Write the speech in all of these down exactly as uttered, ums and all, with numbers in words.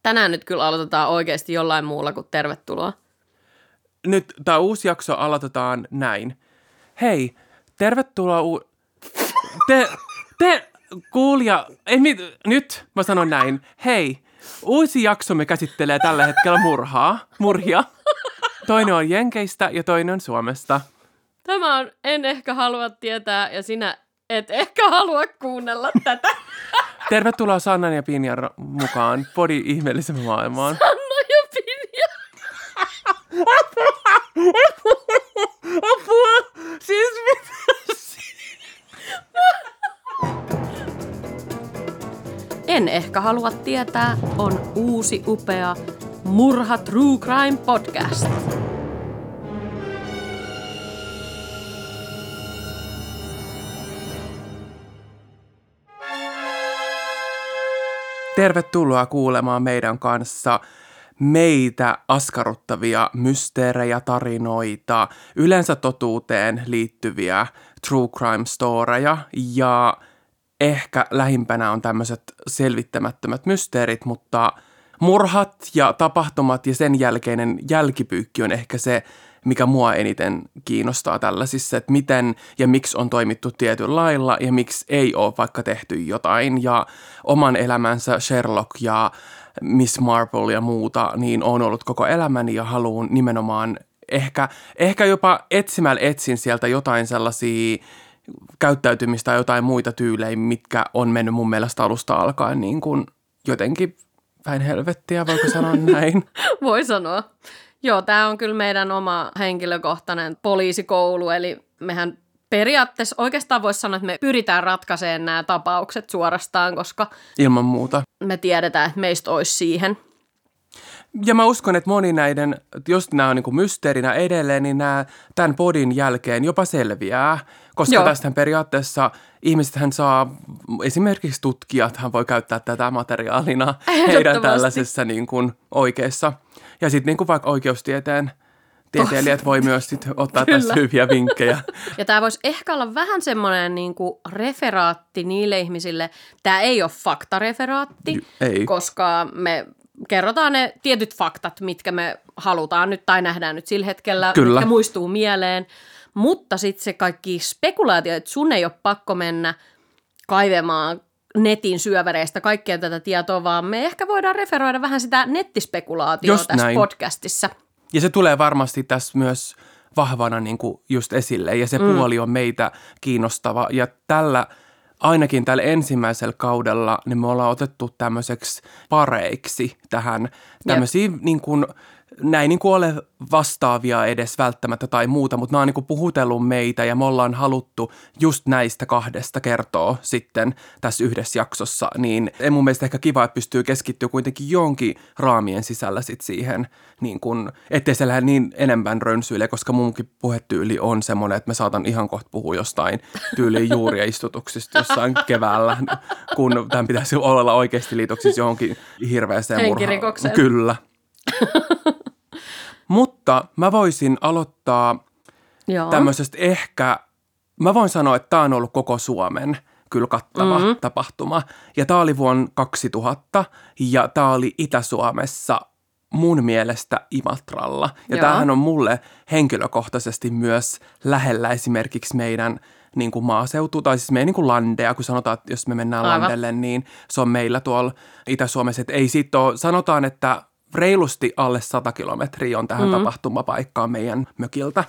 Tänään nyt kyllä aloitetaan oikeasti jollain muulla kuin tervetuloa. Nyt tämä uusi jakso aloitetaan näin. Hei, tervetuloa u... Te, te kuulija... Ei, mit, nyt mä sanon näin. Hei, uusi jaksomme käsittelee tällä hetkellä murhaa. Murhia. Toinen on Jenkeistä ja toinen on Suomesta. Tämä on En ehkä halua tietää ja sinä et ehkä halua kuunnella tätä. Tervetuloa Sannan ja Pinjan mukaan Podin ihmeelliseen maailmaan. Sanna ja Pinja. Apua! Siis mitä? En ehkä halua tietää on uusi upea Murha True Crime Podcast. Tervetuloa kuulemaan meidän kanssa meitä askarruttavia mysteerejä, tarinoita, yleensä totuuteen liittyviä true crime storeja ja ehkä lähimpänä on tämmöiset selvittämättömät mysteerit, mutta murhat ja tapahtumat ja sen jälkeinen jälkipyykki on ehkä se, mikä mua eniten kiinnostaa tällaisissa, että miten ja miksi on toimittu tietyllä lailla ja miksi ei ole vaikka tehty jotain. Ja oman elämänsä Sherlock ja Miss Marple ja muuta, niin on ollut koko elämäni ja haluan nimenomaan ehkä, ehkä jopa etsimällä etsin sieltä jotain sellaisia käyttäytymistä tai jotain muita tyylejä, mitkä on mennyt mun mielestä alusta alkaen niin kuin jotenkin päin helvettiä, voiko sanoa näin? Voi sanoa. Joo, tämä on kyllä meidän oma henkilökohtainen poliisikoulu, eli mehän periaatteessa oikeastaan voisi sanoa, että me pyritään ratkaisemaan nämä tapaukset suorastaan, koska ilman muuta me tiedetään, että meistä olisi siihen. Ja mä uskon, että moni näiden, jos nämä on niin kuin mysteerinä edelleen, niin nämä tämän podin jälkeen jopa selviää, koska Joo. tästähän periaatteessa ihmisethän saa, esimerkiksi tutkijathan voi käyttää tätä materiaalina heidän tällaisessa niin kuin oikeassa. Ja sitten niin kuin vaikka oikeustieteen tieteilijät voi myös sit ottaa tässä hyviä vinkkejä. Ja tämä voisi ehkä olla vähän semmoinen niin kuin referaatti niille ihmisille. Tämä ei ole faktareferaatti, ei. Koska me kerrotaan ne tietyt faktat, mitkä me halutaan nyt tai nähdään nyt sillä hetkellä, Kyllä. mitkä muistuu mieleen. Mutta sitten se kaikki spekulaatio, että sun ei ole pakko mennä kaivemaan netin syövereistä kaikkea tätä tietoa, vaan me ehkä voidaan referoida vähän sitä nettispekulaatiota Just tässä näin. podcastissa. Ja se tulee varmasti tässä myös vahvana niin kuin just esille, ja se mm. puoli on meitä kiinnostava. Ja tällä, ainakin tällä ensimmäisellä kaudella, niin me ollaan otettu tämmöiseksi pareiksi tähän tämmöisiä niin kuin, näin niin kuin ole vastaavia edes välttämättä tai muuta, mutta nämä on niin kuin puhutellut meitä ja me ollaan haluttu just näistä kahdesta kertoa sitten tässä yhdessä jaksossa, niin ei mun mielestä ehkä kiva, että pystyy keskittyä kuitenkin jonkin raamien sisällä sit siihen, niin kuin, ettei se lähde niin enemmän rönsyille, koska munkin puhetyyli on semmoinen, että mä saatan ihan kohta puhua jostain tyyliin juuria istutuksista jossain keväällä, kun tämän pitäisi olla oikeasti liitoksissa johonkin hirveäseen murhaan. Henkirikokseen. Kyllä. Mutta mä voisin aloittaa Joo. tämmöisestä ehkä, mä voin sanoa, että tämä on ollut koko Suomen kyllä kattava mm-hmm. tapahtuma. Ja tämä oli vuonna kaksituhatta ja tämä oli Itä-Suomessa mun mielestä Imatralla. Ja Joo. tämähän on mulle henkilökohtaisesti myös lähellä esimerkiksi meidän niin kuin maaseutu, tai siis meidän niin kuin landea, kun sanotaan, että jos me mennään Aivan. landelle, niin se on meillä tuolla Itä-Suomessa. Että ei siitä ole, sanotaan, että reilusti alle sata kilometriä on tähän mm. tapahtumapaikkaan meidän mökiltä.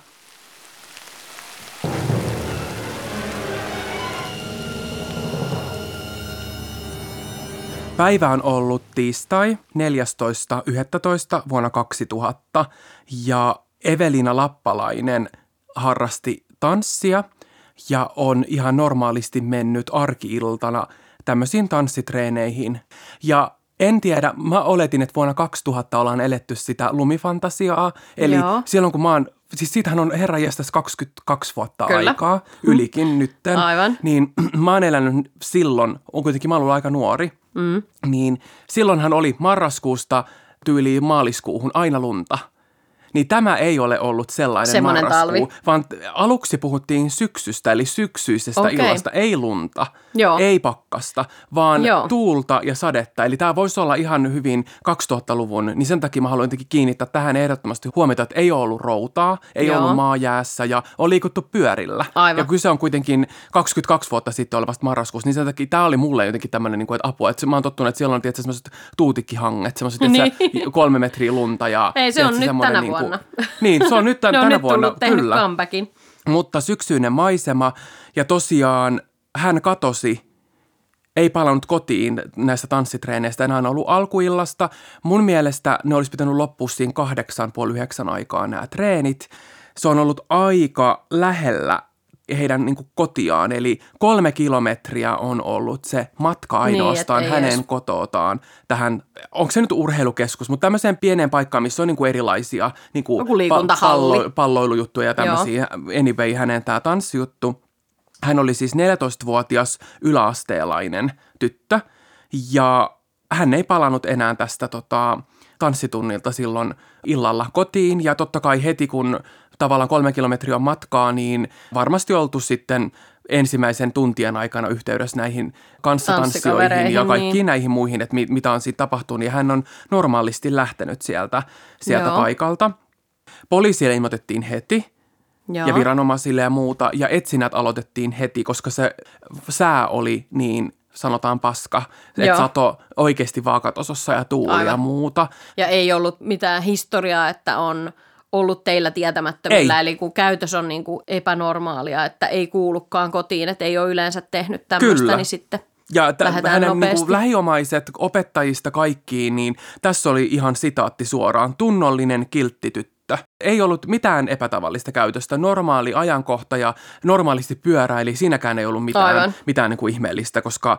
Päivä on ollut tiistai neljästoista yhdestoista vuonna kaksituhatta ja Evelina Lappalainen harrasti tanssia ja on ihan normaalisti mennyt arki-iltana tämmöisiin tanssitreeneihin. Ja en tiedä, mä oletin, että vuonna kaksituhatta ollaan eletty sitä lumifantasiaa, eli Joo. silloin kun mä oon, siis siitähän on herranjestas kaksikymmentäkaksi vuotta Kyllä. aikaa, ylikin nytten, Aivan. niin mä oon elänyt silloin, on kuitenkin mä oon ollut aika nuori, mm. niin silloinhan oli marraskuusta tyyliin maaliskuuhun aina lunta. niin tämä ei ole ollut sellainen Semmoinen marraskuu, talvi. vaan aluksi puhuttiin syksystä, eli syksyisestä Okei. illasta, ei lunta, Joo. ei pakkasta, vaan Joo. tuulta ja sadetta. Eli tämä voisi olla ihan hyvin kaksituhattaluvun, niin sen takia mä haluan jotenkin kiinnittää tähän ehdottomasti huomiota, että ei ole ollut routaa, ei Joo. ollut maajäässä ja on liikuttu pyörillä. Aivan. Ja kyse on kuitenkin kaksikymmentäkaksi vuotta sitten olevasta marraskuusta, niin sen takia tämä oli mulle jotenkin tämmöinen, niin kuin, että apua, että mä oon tottunut, että siellä on tietysti semmoiset tuutikkihanget, semmoiset, että Niin. kolme metriä lunta ja... Ei, se on tiedätkö, nyt tänä niin kuin, vuonna. Niin, se on nyt tämän, Ne on tänä nyt vuonna, tullut tehnyt kyllä. comebackin. Mutta syksyinen maisema ja tosiaan hän katosi, ei palannut kotiin näistä tanssitreeneistä, enää on ollut alkuillasta. Mun mielestä ne olisi pitänyt loppua siinä kahdeksan, puoli yhdeksän aikaa nämä treenit. Se on ollut aika lähellä heidän niin kuin kotiaan, eli kolme kilometriä on ollut se matka ainoastaan niin, hänen edes. kototaan tähän, onko se nyt urheilukeskus, mutta tämmöiseen pieneen paikkaan, missä on niin kuin erilaisia niin kuin Joku liikuntahalli. pallo, palloilujuttuja ja tämmöisiä. Anyway, hänen tämä tanssijuttu. Hän oli siis neljätoistavuotias yläasteelainen tyttö ja hän ei palannut enää tästä tota, tanssitunnilta silloin illalla kotiin ja totta kai heti kun tavallaan kolme kilometriä on matkaa, niin varmasti oltu sitten ensimmäisen tuntien aikana yhteydessä näihin kanssatanssijoihin ja kaikkiin niin. näihin muihin, että mit, mitä on siitä tapahtunut. Ja hän on normaalisti lähtenyt sieltä, sieltä paikalta. Poliisille ilmoitettiin heti. Joo. Ja viranomaisille ja muuta, ja etsinnät aloitettiin heti, koska se sää oli niin, sanotaan paska, että sato oikeasti vaakatasossa ja tuuli Aivan. ja muuta. Ja ei ollut mitään historiaa, että on ollut teillä tietämättömillä, ei. Eli kun käytös on niin kuin epänormaalia, että ei kuulukaan kotiin, että ei ole yleensä tehnyt tämmöistä, Kyllä. niin sitten ja t- hänen niin kuin lähiomaiset opettajista kaikkiin, niin tässä oli ihan sitaatti suoraan, tunnollinen kilttityttö. Ei ollut mitään epätavallista käytöstä, normaali ajankohta ja normaalisti pyöräili, siinäkään ei ollut mitään, mitään niin kuin ihmeellistä, koska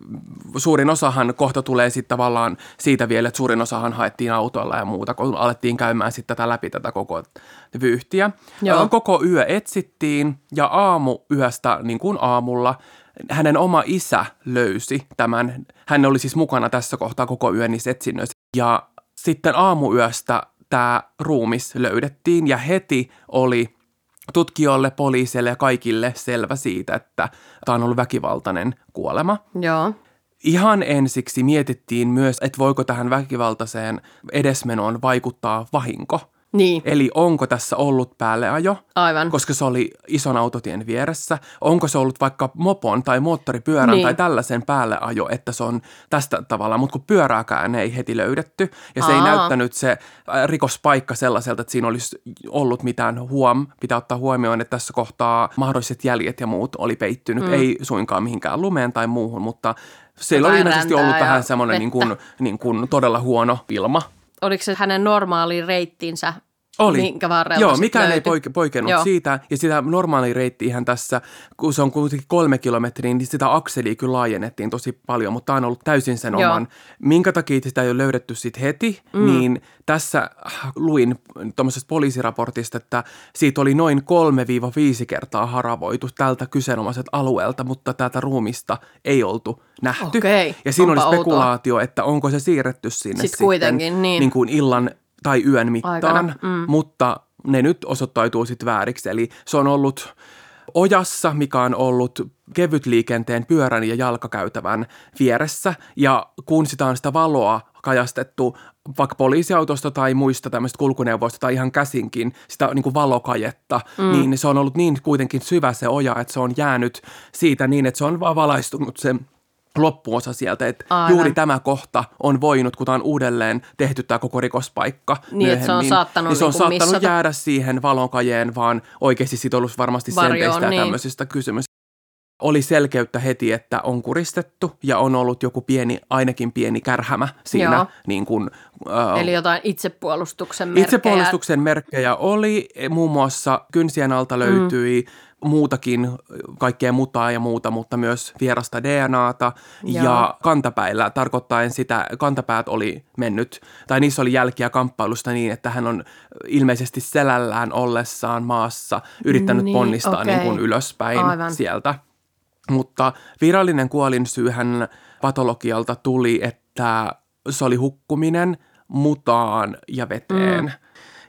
suurin osahan kohta tulee sitten tavallaan siitä vielä, että suurin osahan haettiin autolla ja muuta, kun alettiin käymään sitten tätä läpi tätä koko vyyhtiä. Joo. Koko yö etsittiin ja aamu yöstä niin kuin aamulla hänen oma isä löysi tämän, hän oli siis mukana tässä kohtaa koko yön niissä etsinnöissä ja sitten aamuyöstä tämä ruumis löydettiin ja heti oli tutkijoille, poliisille ja kaikille selvä siitä, että tämä on ollut väkivaltainen kuolema. Joo. Ihan ensiksi mietittiin myös, että voiko tähän väkivaltaiseen edesmenoon vaikuttaa vahinko. Niin. Eli onko tässä ollut päälleajo, Aivan. koska se oli ison autotien vieressä. Onko se ollut vaikka mopon tai moottoripyörän niin. tai tällaisen päälleajo, että se on tästä tavalla. Mutta kun pyörääkään ei heti löydetty ja se Aa. ei näyttänyt se rikospaikka sellaiselta, että siinä olisi ollut mitään huom. Pitää ottaa huomioon, että tässä kohtaa mahdolliset jäljet ja muut oli peittynyt. Mm. Ei suinkaan mihinkään lumeen tai muuhun, mutta siellä oli ilmeisesti ollut vähän semmoinen niin kuin, niin kuin todella huono ilma. Oliko se hänen normaali reittinsä, oli. minkä varrella Joo, mikään löytyi? ei poike- poikennut Joo. siitä. Ja sitä normaali reittihän tässä, kun se on kuitenkin kolme kilometriä, niin sitä akselia kyllä laajennettiin tosi paljon, mutta tämä on ollut täysin sen Joo. oman. Minkä takia sitä ei ole löydetty sitten heti, mm. niin tässä luin tuommoisesta poliisiraportista, että siitä oli noin kolme viisi kertaa haravoitu tältä kyseenomaisesta alueelta, mutta tätä ruumista ei oltu nähty. Okei, ja siinä oli spekulaatio, outoa. Että onko se siirretty sinne sitten, sitten kuitenkin, niin. Niin kuin illan tai yön mittaan, mm. mutta ne nyt osoittautuu sitten vääriksi. Eli se on ollut ojassa, mikä on ollut kevytliikenteen pyörän ja jalkakäytävän vieressä. Ja kun sitä on sitä valoa kajastettu vaikka poliisiautosta tai muista tämmöistä kulkuneuvoista tai ihan käsinkin sitä niin kuin valokajetta, mm. niin se on ollut niin kuitenkin syvä se oja, että se on jäänyt siitä niin, että se on vaan valaistunut se loppuosa sieltä, että Aivan. juuri tämä kohta on voinut, kun tämä on uudelleen tehty tämä koko rikospaikka niin, että se on saattanut, niin se on niin saattanut missata. jäädä siihen valonkajeen, vaan oikeasti siitä olisi varmasti Varjoon, senteistä niin. ja tämmöisistä kysymys. Oli selkeyttä heti, että on kuristettu ja on ollut joku pieni, ainakin pieni kärhämä siinä. Niin kuin, äh, Eli jotain itsepuolustuksen merkkejä. Itsepuolustuksen merkkejä oli, muun muassa kynsien alta löytyi mm. muutakin, kaikkea mutaa ja muuta, mutta myös vierasta D N A:ta Joo. ja kantapäillä, tarkoittaen sitä, kantapäät oli mennyt, tai niissä oli jälkiä kamppailusta niin, että hän on ilmeisesti selällään ollessaan maassa yrittänyt niin, ponnistaa okay. niin kuin ylöspäin Aivan. sieltä. Mutta virallinen kuolinsyyhän patologialta tuli, että se oli hukkuminen mutaan ja veteen. Mm.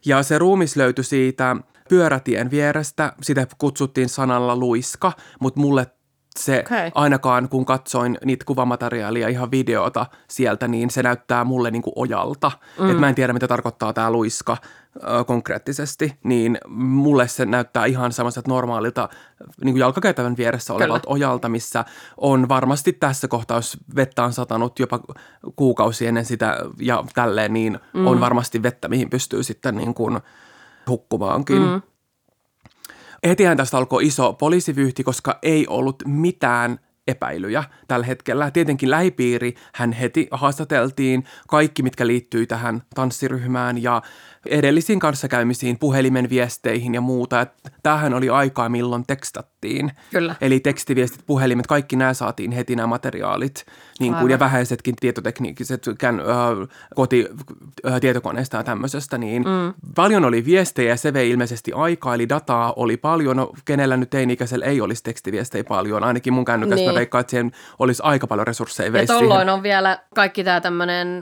Ja se ruumis löytyi siitä pyörätien vierestä. Sitä kutsuttiin sanalla luiska, mutta mulle se Okay. ainakaan kun katsoin niitä kuvamateriaalia, ihan videota sieltä, niin se näyttää mulle niin kuin ojalta. Mm. Et mä en tiedä, mitä tarkoittaa tämä luiska ö, konkreettisesti, niin mulle se näyttää ihan semmoiselta normaalilta niin kuin jalkakäytävän vieressä olevalta Kyllä. ojalta, missä on varmasti tässä kohtaa, jos vettä on satanut jopa kuukausi ennen sitä ja tälleen, niin mm. on varmasti vettä, mihin pystyy sitten niin kuin hukkumaankin. Mm. Hetihän tästä alkoi iso poliisivyyhti, koska ei ollut mitään epäilyjä tällä hetkellä. Tietenkin lähipiiri hän heti haastateltiin, kaikki mitkä liittyy tähän tanssiryhmään ja edellisiin kanssakäymisiin, puhelimen viesteihin ja muuta. Et tämähän oli aikaa, milloin tekstattiin. Kyllä. Eli tekstiviestit, puhelimet, kaikki nämä saatiin heti nämä materiaalit. Niin kuin, ja vähäisetkin tietotekniikkiset kän, äh, kotitietokoneista ja tämmöisestä. Niin mm. paljon oli viestejä ja se vei ilmeisesti aikaa, eli dataa oli paljon. No, kenellä nyt teini-ikäisellä ei olisi tekstiviestejä paljon. Ainakin mun kännykästä niin. Mä veikkaan, että siihen olisi aika paljon resursseja. Ja tolloin on vielä kaikki tämä tämmöinen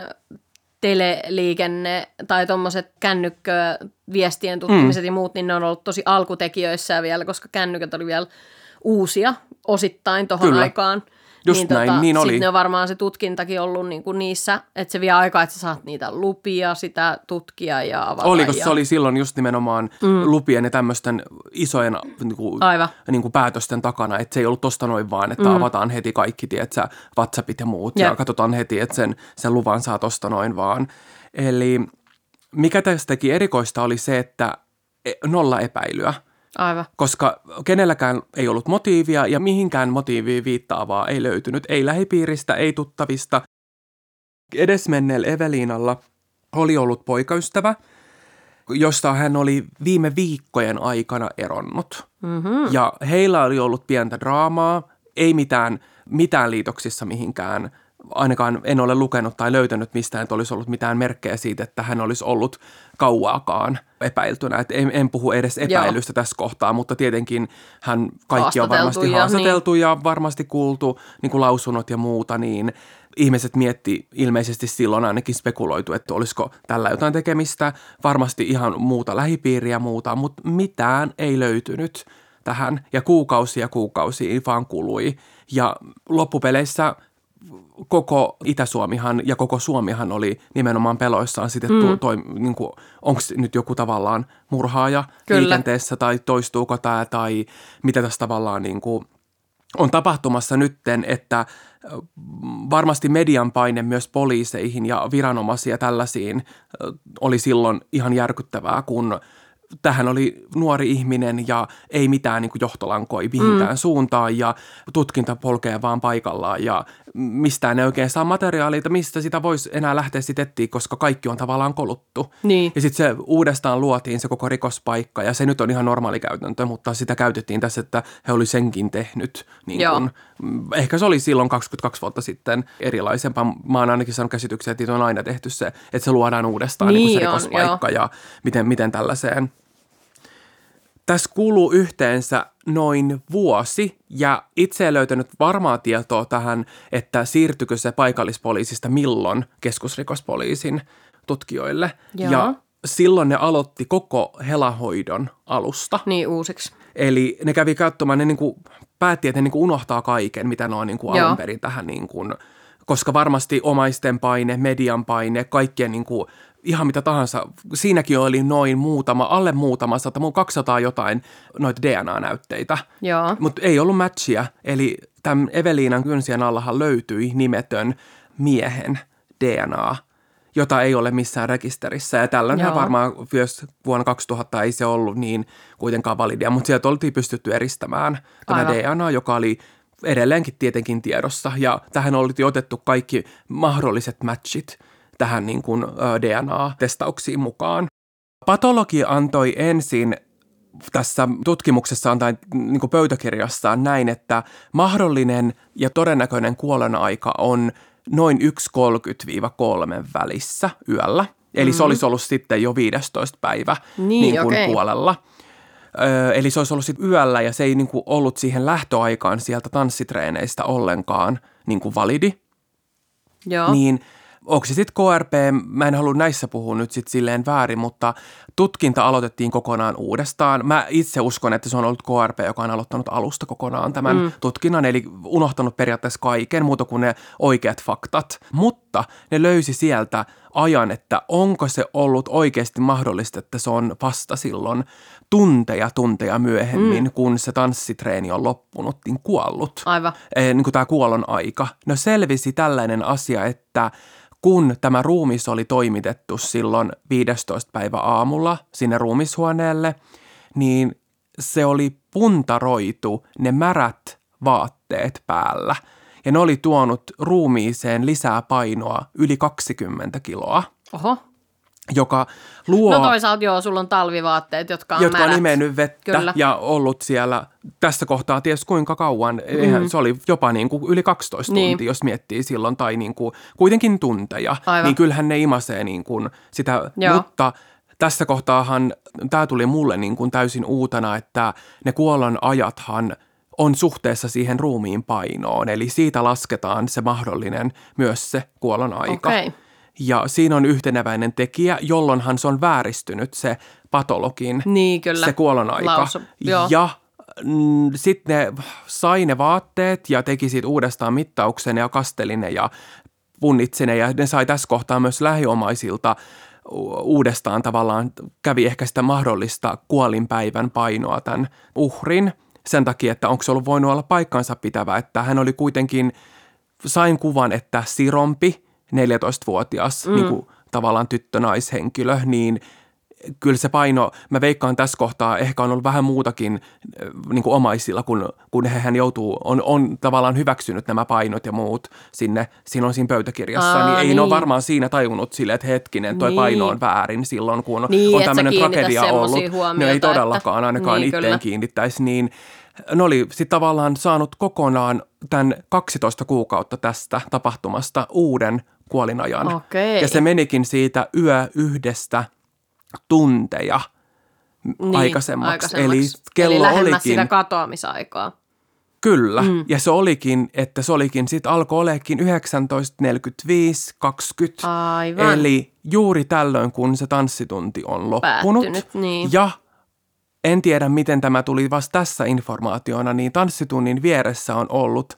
teleliikenne tai tuommoiset kännykköviestien tutkimiset mm. ja muut, niin ne on ollut tosi alkutekijöissä vielä, koska kännykät oli vielä uusia osittain tuohon aikaan. Just niin, näin, tota, niin oli. Sitten on varmaan se tutkintakin ollut niin kuin niissä, että se vie aikaa, että sä saat niitä lupia, sitä tutkia ja avata. Oliko ja... se oli silloin just nimenomaan mm. lupien ja tämmöisten isojen niin kuin, niin kuin päätösten takana, että se ei ollut tosta noin vaan, että mm. avataan heti kaikki, tietsä, WhatsAppit ja muut ja, ja katsotaan heti, että sen, sen luvan saa tosta noin vaan. Eli mikä tästäkin erikoista oli se, että nolla epäilyä. Aivan. Koska kenelläkään ei ollut motiivia ja mihinkään motiiviin viittaavaa ei löytynyt. Ei lähipiiristä, ei tuttavista. Edesmenneellä Eveliinalla oli ollut poikaystävä, josta hän oli viime viikkojen aikana eronnut. Mm-hmm. Ja heillä oli ollut pientä draamaa, ei mitään, mitään liitoksissa mihinkään. Ainakaan en ole lukenut tai löytänyt mistään, että olisi ollut mitään merkkejä siitä, että hän olisi ollut kauaakaan epäiltynä. Et en, en puhu edes epäilystä Joo. tässä kohtaa, mutta tietenkin hän kaikki on varmasti ja haastateltu niin. ja varmasti kuultu niin kuin lausunnot ja muuta, niin ihmiset mietti ilmeisesti silloin ainakin spekuloitu, että olisiko tällä jotain tekemistä, varmasti ihan muuta lähipiiriä ja muuta, mutta mitään ei löytynyt tähän ja kuukausia kuukausia vaan kului ja loppupeleissä koko Itä-Suomihan ja koko Suomihan oli nimenomaan peloissaan sitten, mm. toi, niin kuin, onko nyt joku tavallaan murhaaja Kyllä. liikenteessä tai toistuuko tämä tai mitä tässä tavallaan niin kuin on tapahtumassa nytten, että varmasti median paine myös poliiseihin ja viranomaisia tällaisiin oli silloin ihan järkyttävää, kun tähän oli nuori ihminen ja ei mitään niin kuin johtolankoi mihinkään mm. suuntaan ja tutkinta polkee vaan paikallaan ja mistään ei oikein saa materiaaleita, mistä sitä voisi enää lähteä sitten etsiä, koska kaikki on tavallaan koluttu. Niin. Ja sitten se uudestaan luotiin se koko rikospaikka ja se nyt on ihan normaali käytäntö, mutta sitä käytettiin tässä, että he oli senkin tehnyt. Niin kun, ehkä se oli silloin kaksikymmentäkaksi vuotta sitten erilaisempaa. Mä oon ainakin saanut käsityksiä, että on aina tehty se, että se luodaan uudestaan niin, niin se rikospaikka on, ja miten, miten tällaiseen. Tässä kuluu yhteensä noin vuosi ja itse en löytänyt varmaa tietoa tähän, että siirtyykö se paikallispoliisista milloin keskusrikospoliisin tutkijoille. Joo. Ja silloin ne aloitti koko helahoidon alusta. Niin uusiksi. Eli ne kävi katsomaan, ne niin kuin päätti, että ne niin kuin unohtaa kaiken, mitä ne on niin kuin alun perin tähän, niin kuin, koska varmasti omaisten paine, median paine, kaikkien niin kuin ihan mitä tahansa. Siinäkin oli noin muutama, alle muutama, sata, mun kaksisataa jotain noita D N A-näytteitä. Mutta ei ollut matchia. Eli tämän Eveliinan kynsien allahan löytyi nimetön miehen D N A, jota ei ole missään rekisterissä. Ja tällöinhän varmaan myös vuonna kaksituhatta ei se ollut niin kuitenkaan validia, mutta sieltä oltiin pystytty eristämään tämä Aivan. D N A, joka oli edelleenkin tietenkin tiedossa. Ja tähän oli otettu kaikki mahdolliset matchit tähän niin kuin D N A-testauksiin mukaan. Patologi antoi ensin tässä tutkimuksessaan tai niin kuin pöytäkirjassaan näin, että mahdollinen ja todennäköinen kuolonaika on noin yksi kolmekymmentä kolme välissä yöllä. Eli mm-hmm. se olisi ollut sitten jo viidestoista päivä niin, niin kuin okay. puolella. Ö, eli se olisi ollut sitten yöllä ja se ei niin kuin ollut siihen lähtöaikaan sieltä tanssitreeneistä ollenkaan niin kuin validi. Joo. Niin onko se sitten K R P, mä en halua näissä puhua nyt sitten silleen väärin, mutta tutkinta aloitettiin kokonaan uudestaan. Mä itse uskon, että se on ollut K R P, joka on aloittanut alusta kokonaan tämän mm. tutkinnan, eli unohtanut periaatteessa kaiken muuta kuin ne oikeat faktat. Mutta ne löysi sieltä ajan, että onko se ollut oikeasti mahdollista, että se on vasta silloin tunteja tunteja myöhemmin, mm. kun se tanssitreeni on loppunut, niin kuollut. Aivan. Eh, niin kuin tämä kuollon aika. No selvisi tällainen asia, että kun tämä ruumis oli toimitettu silloin viidestoista päivä aamulla sinne ruumishuoneelle, niin se oli puntaroitu ne märät vaatteet päällä. Ja ne oli tuonut ruumiiseen lisää painoa yli kaksikymmentä kiloa. Oho. Joka luo... No toisaalta joo, sulla on talvivaatteet, jotka on jotka märät. on imennyt vettä Kyllä. ja ollut siellä tässä kohtaa ties kuinka kauan. Mm-hmm. Se oli jopa niin kuin yli kaksitoista niin. tuntia, jos miettii silloin, tai niin kuin kuitenkin tunteja. Aivan. Niin kyllähän ne imasee niin kuin sitä, joo. Mutta tässä kohtaahan tämä tuli mulle niin kuin täysin uutena, että ne kuollon ajathan on suhteessa siihen ruumiin painoon, eli siitä lasketaan se mahdollinen myös se kuollon aika. Okay. Ja siinä on yhteneväinen tekijä, jolloinhan se on vääristynyt se patologin, niin, kyllä. se kuolonaika. Lausu. Ja mm, sitten ne sai ne vaatteet ja teki siitä uudestaan mittauksen ja kasteli ne ja punnitsi ne. Ja ne sai tässä kohtaa myös lähiomaisilta uudestaan tavallaan, kävi ehkä sitä mahdollista kuolinpäivän painoa tämän uhrin. Sen takia, että onko se ollut voinut olla paikkansa pitävä, että hän oli kuitenkin, sain kuvan, että sirompi, neljätoistavuotias mm. niin kuin, tavallaan tyttö-naishenkilö, niin kyllä se paino, mä veikkaan tässä kohtaa, ehkä on ollut vähän muutakin niin kuin omaisilla, kun, kun hän joutuu, on, on tavallaan hyväksynyt nämä painot ja muut sinne, siinä on siinä pöytäkirjassa, Aa, niin ei niin. ne ole varmaan siinä tajunnut silleen, että hetkinen, toi niin. paino on väärin silloin, kun niin, on tämmöinen tragedia ollut. Huomiota, ne ei todellakaan että, ainakaan niin, itteen kyllä. kiinnittäisi, niin ne oli sitten tavallaan saanut kokonaan tämän kaksitoista kuukautta tästä tapahtumasta uuden kuolinajan. Okei. Ja se menikin siitä yö yhdestä tunteja niin, aikaisemmaksi. aikaisemmaksi. Eli kello Eli lähemmäs olikin, sitä katoamisaikaa. Kyllä. Mm. Ja se olikin, että se olikin, sitten alkoi olekin yhdeksäntoista neljäkymmentäviisi kaksikymmentä. Aivan. Eli juuri tällöin, kun se tanssitunti on loppunut. Päättynyt, niin. Ja en tiedä, miten tämä tuli vasta tässä informaationa, niin tanssitunnin vieressä on ollut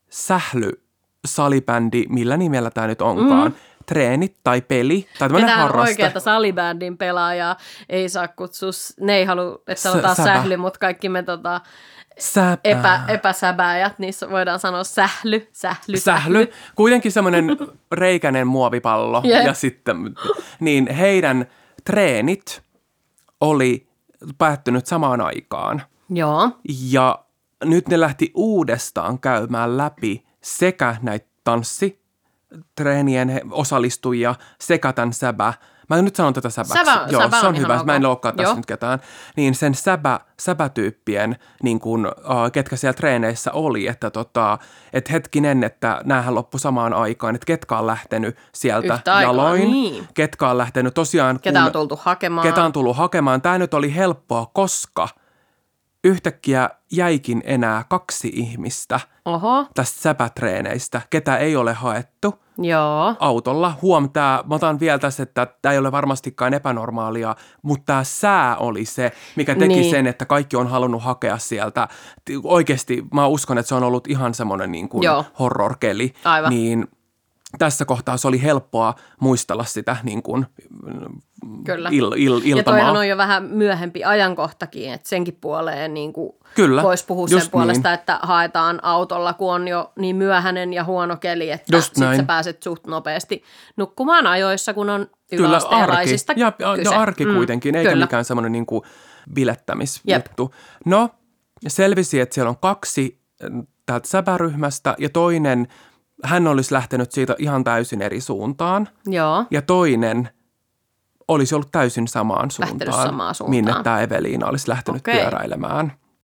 sähly-salibändi, millä nimellä tämä nyt onkaan. Mm. Treenit tai peli tai tämmöinen Ketään harraste. oikeata salibändin pelaajaa ei saa kutsua, ne ei halua, että sanotaan Säbä. sähly, mutta kaikki me tota, epä, epäsäbääjät, niissä voidaan sanoa sähly, sähly, sähly. Sähly. Kuitenkin semmoinen reikäinen muovipallo Jep. ja sitten, niin heidän treenit oli päättynyt samaan aikaan. Joo. Ja nyt ne lähti uudestaan käymään läpi sekä näitä tanssitreenien osallistujia sekä tämän säbä. Mä nyt sanon tätä säbäksi. Säbä, Joo, säbä se on on hyvä. ihan Mä en ok. loukkaa tässä Joo. nyt ketään. Niin sen säbä, säbätyyppien, niin kun, uh, ketkä siellä treeneissä oli, että tota, et hetkinen, että näähän loppu samaan aikaan, että ketkä on lähtenyt sieltä Yhtä aikaa, jaloin. niin. Ketkä on lähtenyt tosiaan. Ketä kun, on tultu hakemaan. Ketä on tullut hakemaan. Tämä nyt oli helppoa, koska yhtäkkiä jäikin enää kaksi ihmistä Oho. tästä säpätreeneistä, ketä ei ole haettu Joo. autolla. Huom, tää, mä otan vielä tässä, että tämä ei ole varmastikaan epänormaalia, mutta tämä sää oli se, mikä teki niin. sen, että kaikki on halunnut hakea sieltä. Oikeasti mä uskon, että se on ollut ihan semmoinen niin kuin horrorkeli. Aivan. Niin tässä kohtaa se oli helppoa muistella sitä niin kuin Kyllä. Il, il, iltamaa. Ja toihan on jo vähän myöhempi ajankohtakin, että senkin puoleen niin kuin voisi puhua sen puolesta, niin. että haetaan autolla, kun on jo niin myöhäinen ja huono keli, että sitten sä pääset suht nopeasti nukkumaan ajoissa, kun on yläasteelaisista kyse. Ja, ja arki mm, kuitenkin, eikä kyllä. mikään semmoinen niin kuin bilettämisjuttu. No, selvisi, että siellä on kaksi täältä säbäryhmästä ja toinen, hän olisi lähtenyt siitä ihan täysin eri suuntaan. Joo. Ja toinen olisi ollut täysin samaan suuntaan, samaan suuntaan. minne tämä Eveliina olisi lähtenyt Okei. pyöräilemään.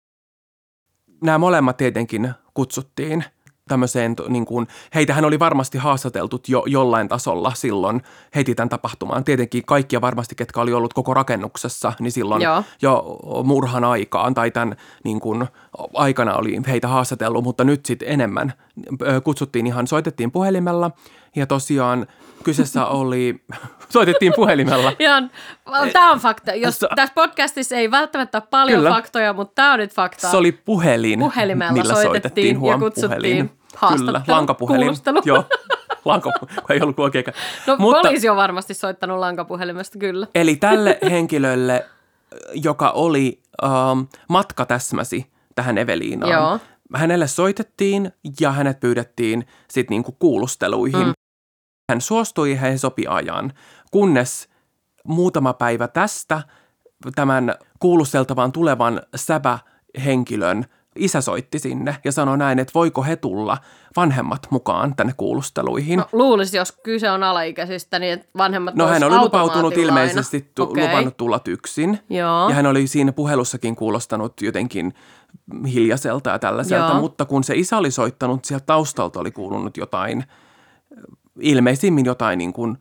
Nämä molemmat tietenkin kutsuttiin tämmöiseen, niin kuin, heitähän oli varmasti haastateltu jo jollain tasolla silloin heti tämän tapahtumaan. Tietenkin kaikkia varmasti, ketkä oli ollut koko rakennuksessa, niin silloin Joo. jo murhan aikaan tai tämän niin kuin, aikana oli heitä haastatellut, mutta nyt sitten enemmän kutsuttiin ihan, soitettiin puhelimella Ja tosiaan kyseessä oli, soitettiin puhelimella. Ihan, tämä on fakta. Jos tässä podcastissa ei välttämättä ole paljon Kyllä. faktoja, mutta tämä on nyt fakta. Se oli puhelin, Puhelimella millä soitettiin, soitettiin huom, ja kutsuttiin puhelin. Kyllä, lankapuhelin. Kuulustelu. Joo, lankapuhelin, ei ollut oikein. No mutta, poliisi on varmasti soittanut lankapuhelimesta, kyllä. Eli tälle henkilölle, joka oli, um, matka täsmäsi tähän Eveliinaan. Joo. Hänelle soitettiin ja hänet pyydettiin sitten niinku kuulusteluihin. Mm. Hän suostui ja he sopi ajan, kunnes muutama päivä tästä tämän kuulusteltavan tulevan säbä-henkilön isä soitti sinne ja sanoi näin, että voiko he tulla vanhemmat mukaan tänne kuulusteluihin. No, luulisi, jos kyse on alaikäisistä, niin että vanhemmat No hän oli lupautunut ilmeisesti, tu- okay. luvannut tulla yksin. Joo. Ja hän oli siinä puhelussakin kuulostanut jotenkin hiljaiselta ja tällaiselta, Joo. mutta kun se isä oli soittanut, sieltä taustalta oli kuulunut jotain, ilmeisimmin jotain niin kuin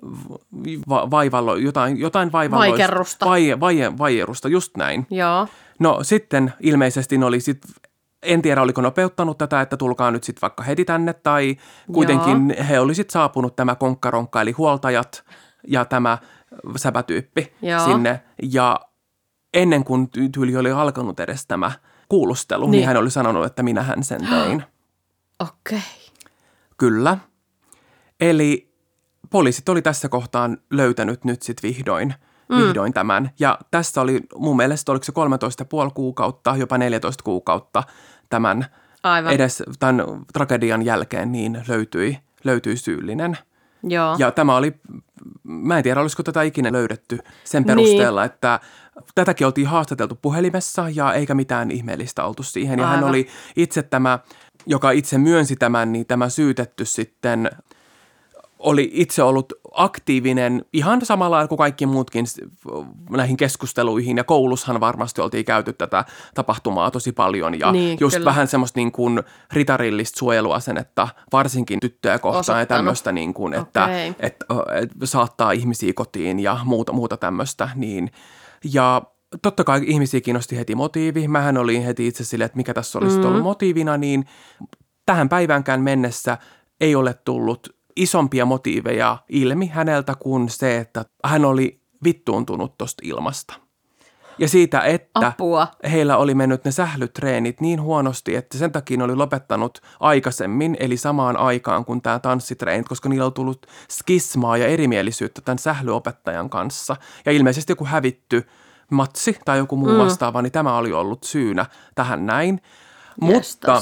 va- vaivalo, jotain, jotain vaivalloista. Vaikerrusta. Vai, vai, vaijerusta, just näin. Joo. No sitten ilmeisesti ne oli sitten, en tiedä oliko nopeuttanut tätä, että tulkaa nyt sitten vaikka heti tänne, tai kuitenkin Joo. he oli sitten saapunut tämä konkkaronkka, eli huoltajat ja tämä säpätyyppi Joo. sinne. Ja ennen kuin tyyli oli alkanut edes tämä kuulustelu, niin, niin hän oli sanonut, että minähän sen tein. Okei. Okay. Kyllä. Eli poliisit oli tässä kohtaan löytänyt nyt sitten vihdoin, mm. vihdoin tämän. Ja tässä oli mun mielestä, oliko se kolmetoista pilkku viisi kuukautta, jopa neljätoista kuukautta tämän Aivan. edes tämän tragedian jälkeen niin löytyi, löytyi syyllinen. Joo. Ja tämä oli, mä en tiedä, olisiko tätä ikinä löydetty sen perusteella, niin. että tätäkin oltiin haastateltu puhelimessa ja eikä mitään ihmeellistä oltu siihen. Ja Aivan. hän oli itse tämä, joka itse myönsi tämän, niin tämä syytetty sitten oli itse ollut aktiivinen ihan samalla lailla kuin kaikki muutkin näihin keskusteluihin. Ja koulussahan varmasti oltiin käyty tätä tapahtumaa tosi paljon. Ja niin, just kyllä. vähän semmoista niin kuin ritarillista suojeluasennetta varsinkin tyttöjä kohtaan Osoittanut. Ja tämmöistä, niin kuin, että, okay. että, että saattaa ihmisiä kotiin ja muuta, muuta tämmöistä. Niin. Ja totta kai ihmisiä kiinnosti heti motiivi. Mähän olin heti itse silleen, että mikä tässä olisi mm. ollut motiivina. Niin tähän päiväänkään mennessä ei ole tullut isompia motiiveja ilmi häneltä kuin se, että hän oli vittuuntunut tuosta ilmasta. Ja siitä, että Apua. heillä oli mennyt ne sählytreenit niin huonosti, että sen takia ne oli lopettanut aikaisemmin, eli samaan aikaan kuin tämä tanssitreenit, koska niillä oli tullut skismaa ja erimielisyyttä tämän sählyopettajan kanssa. Ja ilmeisesti joku hävitty matsi tai joku muu vastaava, mm. niin tämä oli ollut syynä tähän näin. Mutta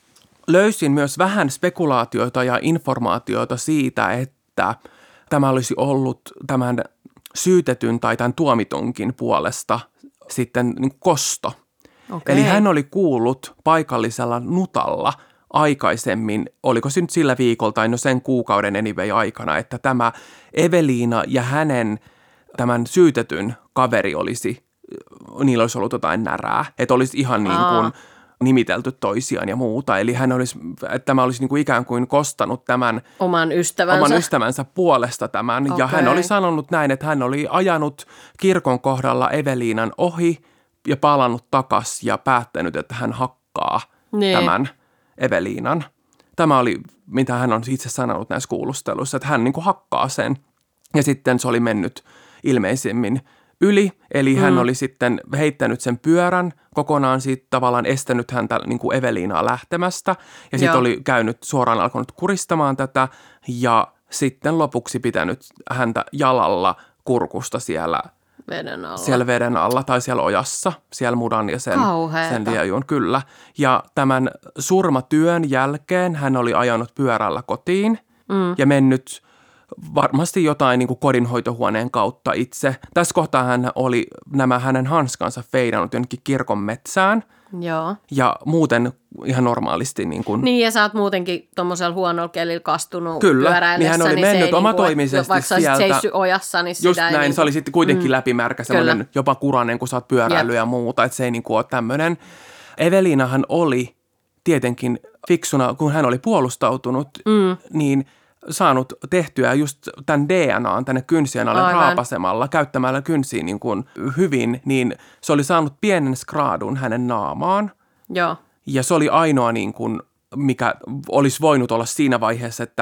löysin myös vähän spekulaatioita ja informaatioita siitä, että tämä olisi ollut tämän syytetyn tai tämän tuomitunkin puolesta sitten niin kuin kosto. Okay. Eli hän oli kuullut paikallisella nutalla aikaisemmin, oliko se nyt sillä viikolla tai no sen kuukauden anyway aikana, että tämä Eveliina ja hänen tämän syytetyn kaveri olisi, niillä olisi ollut jotain närää. Että olisi ihan niin kuin nimitelty toisiaan ja muuta. Eli hän olisi, että tämä olisi niin kuin ikään kuin kostanut tämän oman ystävänsä, oman ystävänsä puolesta tämän. Okay. Ja hän oli sanonut näin, että hän oli ajanut kirkon kohdalla Eveliinan ohi ja palannut takas ja päättänyt, että hän hakkaa niin. tämän Eveliinan. Tämä oli, mitä hän on itse sanonut näissä kuulusteluissa, että hän niin kuin hakkaa sen. Ja sitten se oli mennyt ilmeisemmin yli, eli hän mm. oli sitten heittänyt sen pyörän kokonaan, siitä tavallaan estänyt häntä niin kuin Eveliinaa lähtemästä. Ja sitten oli käynyt suoraan alkanut kuristamaan tätä ja sitten lopuksi pitänyt häntä jalalla kurkusta siellä veden alla, siellä veden alla tai siellä ojassa, siellä mudan ja sen, sen liejun, kyllä. Ja tämän surmatyön jälkeen hän oli ajanut pyörällä kotiin mm. ja mennyt varmasti jotain niin kuin kodinhoitohuoneen kautta itse. Tässä kohtaa hän oli nämä hänen hanskansa feidannut jonnekin kirkon metsään. Joo. Ja muuten ihan normaalisti. Niin, kuin niin ja sä oot muutenkin tuommoisella huonolla kelillä kastunut Kyllä, pyöräillessä. Niin hän oli niin mennyt se omatoimisesti vaikka sieltä. Vaikka sä olisit seissyt ojassa, niin sitä just näin, niin se oli sitten kuitenkin mm. läpimärkä, semmoinen jopa kurainen, kun sä oot pyöräillyt ja muuta. Että se ei niin kuin ole tämmöinen. Eveliinahan oli tietenkin fiksuna, kun hän oli puolustautunut, mm. niin saanut tehtyä just tämän D N A:n tänne kynsien alle Aivan. raapasemalla, käyttämällä kynsiä niin kuin hyvin, niin se oli saanut pienen skraadun hänen naamaan. Joo. Ja se oli ainoa, niin kuin, mikä olisi voinut olla siinä vaiheessa, että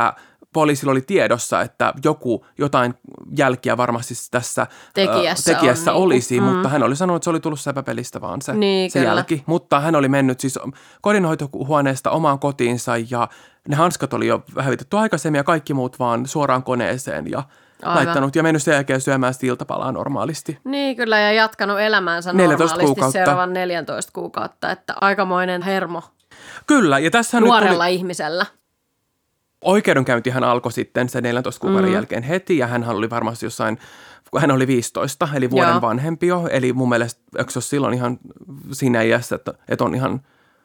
poliisilla oli tiedossa, että joku, jotain jälkiä varmasti tässä tekijässä, ä, tekijässä on, olisi, niin kuin, mutta mm. hän oli sanonut, että se oli tullut säpäpelistä vaan se, niin, se jälki. Mutta hän oli mennyt siis kodinhoitohuoneesta omaan kotiinsa ja ne hanskat oli jo hävitetty aikaisemmin ja kaikki muut vaan suoraan koneeseen ja Aivan. laittanut ja mennyt sen jälkeen syömään iltapalaa normaalisti. Niin kyllä, ja jatkanut elämäänsä normaalisti kuukautta. Seuraavan neljätoista kuukautta, että aikamoinen hermo. Kyllä, ja tässä nuorella tuli... ihmisellä. Oikeudenkäyntihän alkoi sitten sen neljäntoista kuukauden mm. jälkeen heti, ja hän oli varmasti jossain, kun hän oli viisitoista, eli vuoden Joo. vanhempi jo, eli mun mielestä, eikö se ole silloin ihan siinä iässä, että, että on ihan...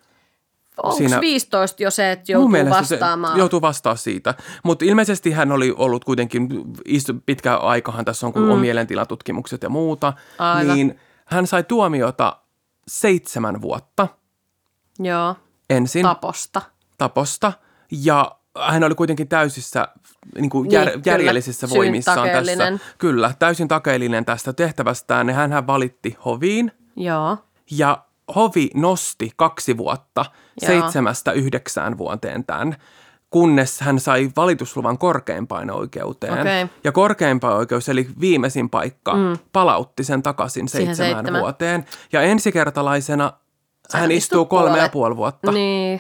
Onko siinä... viisitoista jo se, että joutuu vastaamaan? Se joutuu vastaamaan siitä, mutta ilmeisesti hän oli ollut kuitenkin, pitkä aikahan tässä on, kun mm. on mielentilatutkimukset ja muuta, Aivan. niin hän sai tuomiota seitsemän vuotta. Joo, ensin. Taposta. Taposta, ja hän oli kuitenkin täysissä niin kuin jär, niin, järjellisissä kyllä, voimissaan tässä. Kyllä, täysin takeellinen tästä tehtävästään. Hän, hän valitti hoviin. Joo. Ja hovi nosti kaksi vuotta Joo. seitsemästä yhdeksään vuoteen tämän, kunnes hän sai valitusluvan korkeimpaan oikeuteen. Okay. Ja korkeimpaan oikeus, eli viimeisin paikka, mm. palautti sen takaisin seitsemään seitsemän. vuoteen. Ja ensikertalaisena Sä hän istuu kolme puolet. ja puoli vuotta. Niin.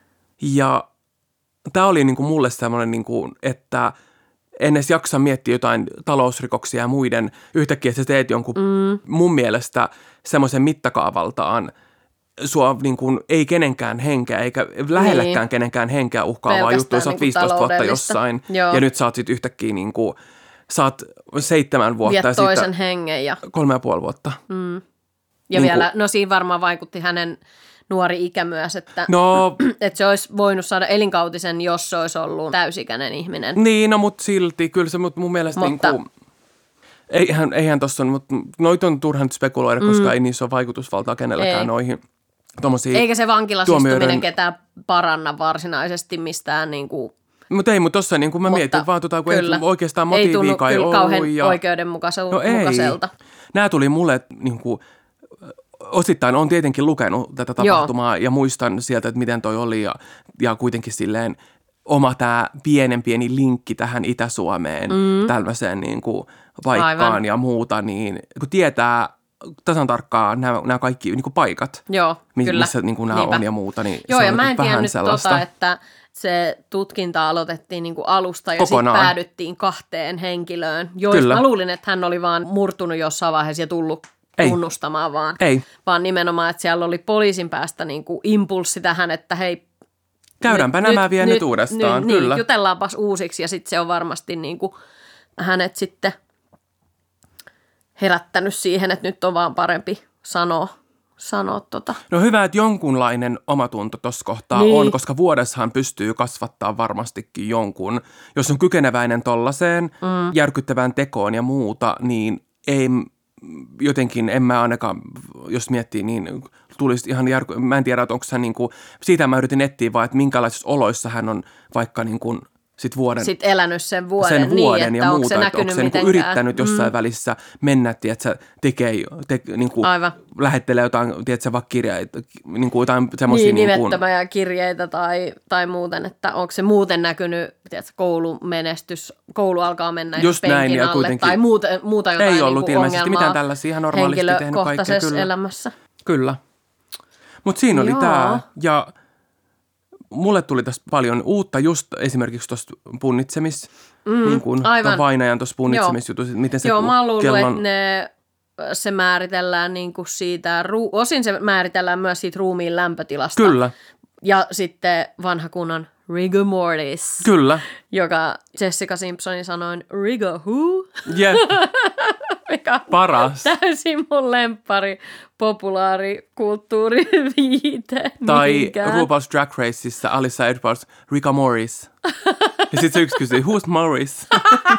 Ja tämä oli niinku mulle semmoinen, niinku, että en edes jaksa miettiä jotain talousrikoksia ja muiden. Yhtäkkiä sä teet jonkun mm. mun mielestä semmoisen mittakaavaltaan sua niin kuin, ei kenenkään henkeä, eikä lähelläkään niin. kenenkään henkeä uhkaavaa juttua. Sä oot niin viisitoista vuotta jossain Joo. ja nyt sä oot sit yhtäkkiä niin kuin, sä oot seitsemän vuotta. Viet ja toisen hengen ja... Kolme ja puoli vuotta. Mm. Ja niin vielä, kuin, no siinä varmaan vaikutti hänen nuori ikä myös, että, no, että se olisi voinut saada elinkautisen, jos se olisi ollut täysikäinen ihminen. Niin, no mutta silti, kyllä se mun mielestä mutta, niin kuin, eihän, eihän tossa on, mutta noita on turha nyt spekuloida, mm. koska ei niissä ole vaikutusvaltaa kenelläkään ei. noihin. Eikä se vankilasistuminen ketään paranna varsinaisesti mistään niin kuin... Mutta ei, mutta tuossa niin kuin mä mutta, mietin, vaan tota, kun kyllä. ei oikeastaan motiiviikaan ei ollut. Ei kauhean ja... oikeudenmukaiselta. No Nämä tuli mulle niin kuin, osittain, on tietenkin lukenut tätä tapahtumaa Joo. ja muistan sieltä, että miten toi oli ja, ja kuitenkin silleen oma tämä pienen pieni linkki tähän Itä-Suomeen, mm. tällaiseen niin kuin paikkaan Aivan. ja muuta, niin kun tietää tasan tarkkaan nämä, nämä kaikki niin kuin paikat, Joo, kyllä. missä niin kuin nämä Niinpä. on ja muuta, niin Joo, se ja on mä en vähän tiennyt sellaista. Tota, että se tutkinta aloitettiin niin kuin alusta ja sitten päädyttiin kahteen henkilöön. Joista mä luulin, että hän oli vaan murtunut jossain vaiheessa ja tullut Ei. tunnustamaan vaan. Ei. Vaan nimenomaan, että siellä oli poliisin päästä niin kuin impulssi tähän, että hei, käydäänpä nyt, nämä vielä nyt, nyt uudestaan, nyt, kyllä. Niin, jutellaanpas uusiksi ja sitten se on varmasti niin kuin hänet sitten herättänyt siihen, että nyt on vaan parempi sanoa, sanoa tota. No hyvä, että jonkunlainen omatunto tuossa kohtaa niin. on, koska vuodessahan pystyy kasvattaa varmastikin jonkun. Jos on kykeneväinen tollaiseen mm. järkyttävään tekoon ja muuta, niin ei jotenkin, en mä ainakaan, jos miettii, niin tulisi ihan järky... Mä en tiedä, että onko hän niin kuin, siitä mä yritin etsiä vaan, että minkälaisissa oloissa hän on vaikka niin kuin sit vuoden. Sitten elänyt sen vuoden, sen vuoden niin, ja onko muuta, se näkynyt onko se niinku yrittänyt jossain mm. välissä mennä, tiedätkö, tekee, te, niinku, lähettelee jotain, tiedätkö, vaikka kirjeitä, niinku jotain semmoisia. Niin, nimettömiä niinku, kirjeitä tai, tai muuten, että onko se muuten näkynyt, tiedätkö, koulumenestys, koulu alkaa mennä just penkin näin, alle kuitenkin, tai muuta, muuta jotain ei ollut niinku ilmeisesti mitään tällaisia, ihan normaalisti tehnyt kaikkea. Kyllä. elämässä. Kyllä. Mutta siinä oli tämä, ja mulle tuli tästä paljon uutta just esimerkiksi tuosta punnitsemis, mm, niin kuin vainajan tuossa punnitsemisjutussa, miten se Joo, mä oon luullut, kellon... että ne, se määritellään niin kuin siitä, osin se määritellään myös siitä ruumiin lämpötilasta. Kyllä. Ja sitten vanha kunnon rigor mortis. Kyllä. Joka Jessica Simpsonin sanoin, rigor who? Yeah. Mikä paras. Täysin mun lemppari populaarikulttuuriviite. Tai RuPaul's Drag Raceissa Alyssa Edwards, Rika Morris. Ja sitten se yksi kysyy, who's Morris?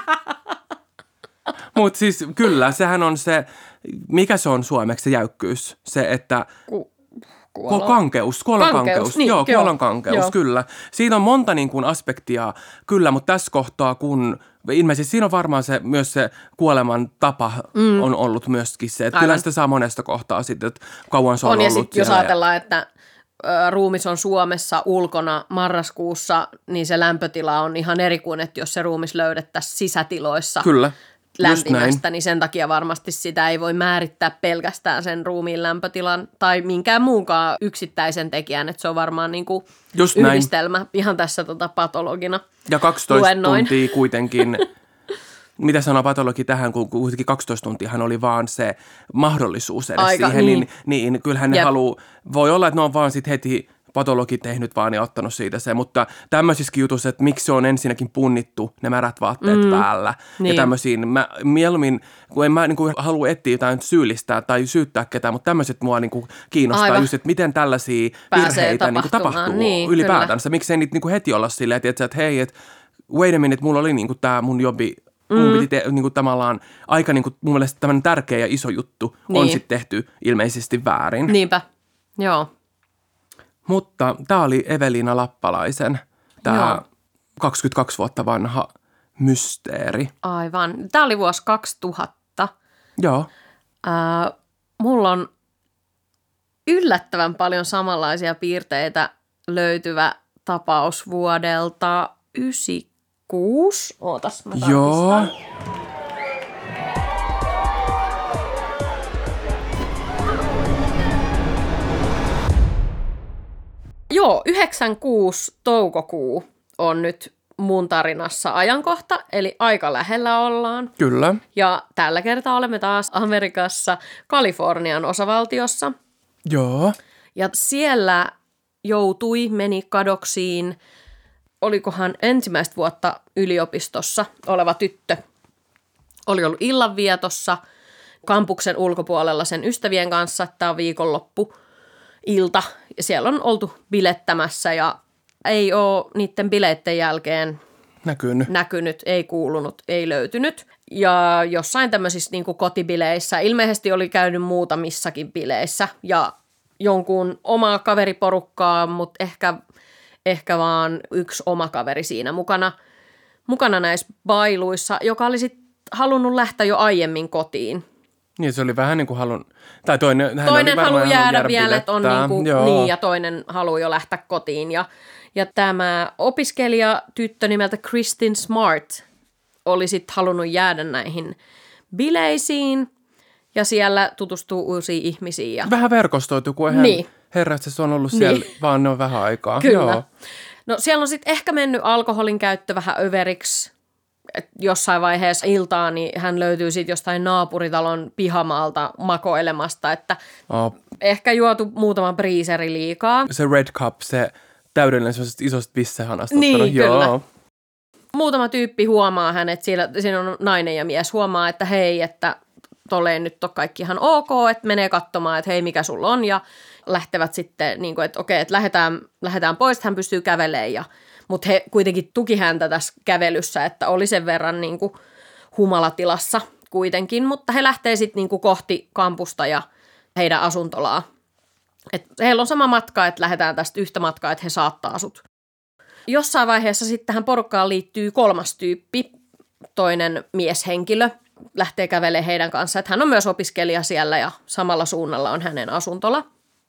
Mutta siis kyllä, sehän on se, mikä se on suomeksi se jäykkyys? Se, että... Ku- Kuolon. Kankeus, kuolonkankeus. Niin, joo, kuolonkankeus, joo. Kyllä. Siinä on monta niin kuin aspektia, kyllä, mutta tässä kohtaa, kun ilmeisesti siinä on varmaan se, myös se kuoleman tapa mm. on ollut myöskin se, että Aivan. kyllä sitä saa monesta kohtaa sitten, että kauan se on, on ollut. Ja sitten jos ajatellaan, että ruumis on Suomessa ulkona marraskuussa, niin se lämpötila on ihan eri kuin, että jos se ruumis löydettäisiin sisätiloissa Kyllä, lämpimästä, niin sen takia varmasti sitä ei voi määrittää pelkästään sen ruumiin lämpötilan tai minkään muunkaan yksittäisen tekijän, että se on varmaan niin kuin yhdistelmä näin. Ihan tässä tota patologina. Ja kaksitoista tuntia kuitenkin... Mitä sanoo patologi tähän, kun kuitenkin kaksitoista tuntiahan oli vaan se mahdollisuus edes Aika, siihen, niin, niin, niin kyllähän ne haluaa, voi olla, että ne on vaan sitten heti patologi tehnyt vaan ja ottanut siitä se, mutta tämmöisissäkin jutuissa, että miksi se on ensinnäkin punnittu ne märät vaatteet mm, päällä niin. Ja tämmöisiin, mä mieluummin, kun en mä niin kuin halua etsiä jotain syyllistää tai syyttää ketään, mutta tämmöiset mua niin kuin kiinnostaa Aivan. just, että miten tällaisia Pääsee virheitä niin kuin tapahtuu niin, ylipäätänsä, miksi ei niitä niin kuin heti olla silleen, että, että hei, että wait a minute, mulla oli niin kuin tämä mun jobi, Mm. Mun piti te, niin kuin, tavallaan aika niin kuin, mun mielestä tämmöinen tärkeä ja iso juttu niin. on sitten tehty ilmeisesti väärin. Niinpä, joo. Mutta tämä oli Eveliina Lappalaisen, tämä kaksikymmentäkaksi vuotta vanha mysteeri. Aivan. Tämä oli vuosi kaksituhatta. Joo. Äh, mulla on yllättävän paljon samanlaisia piirteitä löytyvä tapaus vuodelta yhdeksänkymmentäkuusi. Ootas, mä tarkistan. Joo. Joo, yhdeksänkymmentäkuusi toukokuu on nyt mun tarinassa ajankohta, eli aika lähellä ollaan. Kyllä. Ja tällä kertaa olemme taas Amerikassa, Kalifornian osavaltiossa. Joo. Ja siellä joutui, meni kadoksiin, olikohan ensimmäistä vuotta yliopistossa oleva tyttö. Oli ollut illanvietossa kampuksen ulkopuolella sen ystävien kanssa, että tämä on viikonloppu ilta. Ja siellä on oltu bilettämässä ja ei ole niiden bileitten jälkeen näkynyt, näkynyt ei kuulunut, ei löytynyt. Ja jossain tämmöisissä niin kuin kotibileissä, ilmeisesti oli käynyt muutamissakin bileissä ja jonkun omaa kaveriporukkaa, mutta ehkä, ehkä vaan yksi oma kaveri siinä mukana, mukana näissä bailuissa, joka oli sitten halunnut lähteä jo aiemmin kotiin. Niin, se oli vähän niin kuin halun, tai toinen, hän toinen haluaa jäädä jäädä vielä, että on niin, kuin, niin ja toinen haluaa jo lähteä kotiin. Ja, ja tämä opiskelija tyttö nimeltä Kristin Smart oli sitten halunnut jäädä näihin bileisiin ja siellä tutustuu uusiin ihmisiin. Ja... Vähän verkostoitu, kun eihän niin. herra, se on ollut siellä niin. vaan ne on vähän aikaa. Kyllä. Joo. No siellä on sitten ehkä mennyt alkoholin käyttö vähän överiksi. Et jossain vaiheessa iltaa niin hän löytyy sitten jostain naapuritalon pihamaalta makoilemasta, että oh. ehkä juotu muutama briiseri liikaa. Se Red Cup, se täydellinen sellaisesta isosta vissehanasta. Niin, Joo. kyllä. Muutama tyyppi huomaa hän, että siellä, siinä on nainen ja mies, huomaa, että hei, että tolleen nyt on kaikki ihan ok, että menee katsomaan, että hei, mikä sulla on, ja lähtevät sitten, niin kuin, että okei, että lähdetään, lähdetään pois, että hän pystyy kävelemään, ja mutta he kuitenkin tuki häntä tässä kävelyssä, että oli sen verran niin kuin humalatilassa kuitenkin. Mutta he lähtee sitten niin kuin kohti kampusta ja heidän asuntolaa. Et heillä on sama matka, että lähdetään tästä yhtä matkaa, että he saattaa sut. Jossain vaiheessa sitten tähän porukkaan liittyy kolmas tyyppi, toinen mieshenkilö. Lähtee kävelemään heidän kanssaan, että hän on myös opiskelija siellä ja samalla suunnalla on hänen asuntola.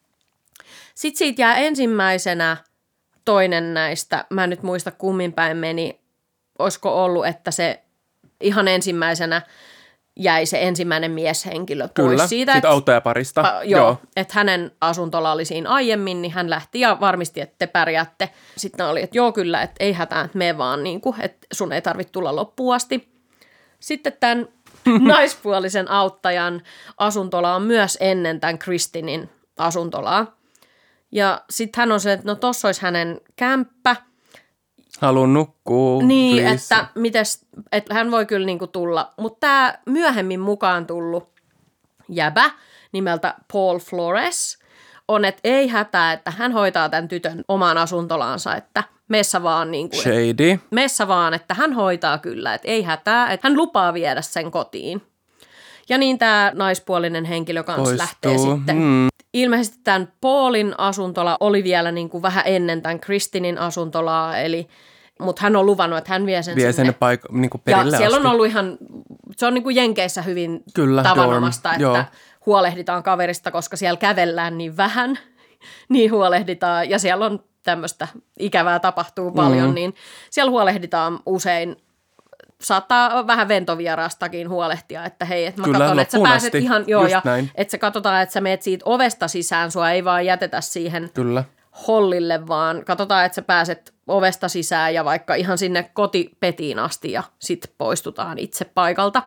Sitten siitä jää ensimmäisenä toinen näistä, mä en nyt muista kummin päin meni, olisiko ollut, että se ihan ensimmäisenä jäi se ensimmäinen mieshenkilö pois Kyllä, siitä. siitä auttajaparista. A, joo, joo. Että hänen asuntola oli siinä aiemmin, niin hän lähti ja varmisti, että te pärjäätte. Sitten oli, että joo kyllä, että ei hätää, että mene vaan, niin kuin, että sun ei tarvitse tulla loppuun asti. Sitten tämän naispuolisen auttajan asuntola on myös ennen tämän Kristinin asuntolaa. Ja sitten hän on se, että no tossa olisi hänen kämppä. Haluan nukkua, Niin, please. että, mites, että hän voi kyllä niinku tulla. Mutta tämä myöhemmin mukaan tullut jäbä nimeltä Paul Flores on, että ei hätää, että hän hoitaa tämän tytön omaan asuntolaansa, että messa vaan, niinku, Shady. messa vaan, että hän hoitaa kyllä, että ei hätää, että hän lupaa viedä sen kotiin. Ja niin tämä naispuolinen henkilö kanssa Poistuu. lähtee sitten. Hmm. Ilmeisesti tämän Paulin asuntola oli vielä niin kuin vähän ennen tämän Kristinin asuntolaa, eli, mutta hän on luvannut, että hän vie sen vie sinne. Vie sen paik- niin kuin perille ja siellä asti. on ollut ihan, se on niin kuin Jenkeissä hyvin Kyllä, tavanomasta, dorm. että Joo. huolehditaan kaverista, koska siellä kävellään niin vähän. niin huolehditaan, ja siellä on tämmöistä ikävää tapahtuu paljon, mm. niin siellä huolehditaan usein, saattaa vähän ventovieraastakin huolehtia, että hei, että mä Kyllä, katson, että sä pääset ihan, joo, ja näin. että sä katsotaan, että sä meet siitä ovesta sisään, sua ei vaan jätetä siihen Kyllä. hollille, vaan katsotaan, että sä pääset ovesta sisään ja vaikka ihan sinne kotipetiin asti ja sit poistutaan itse paikalta.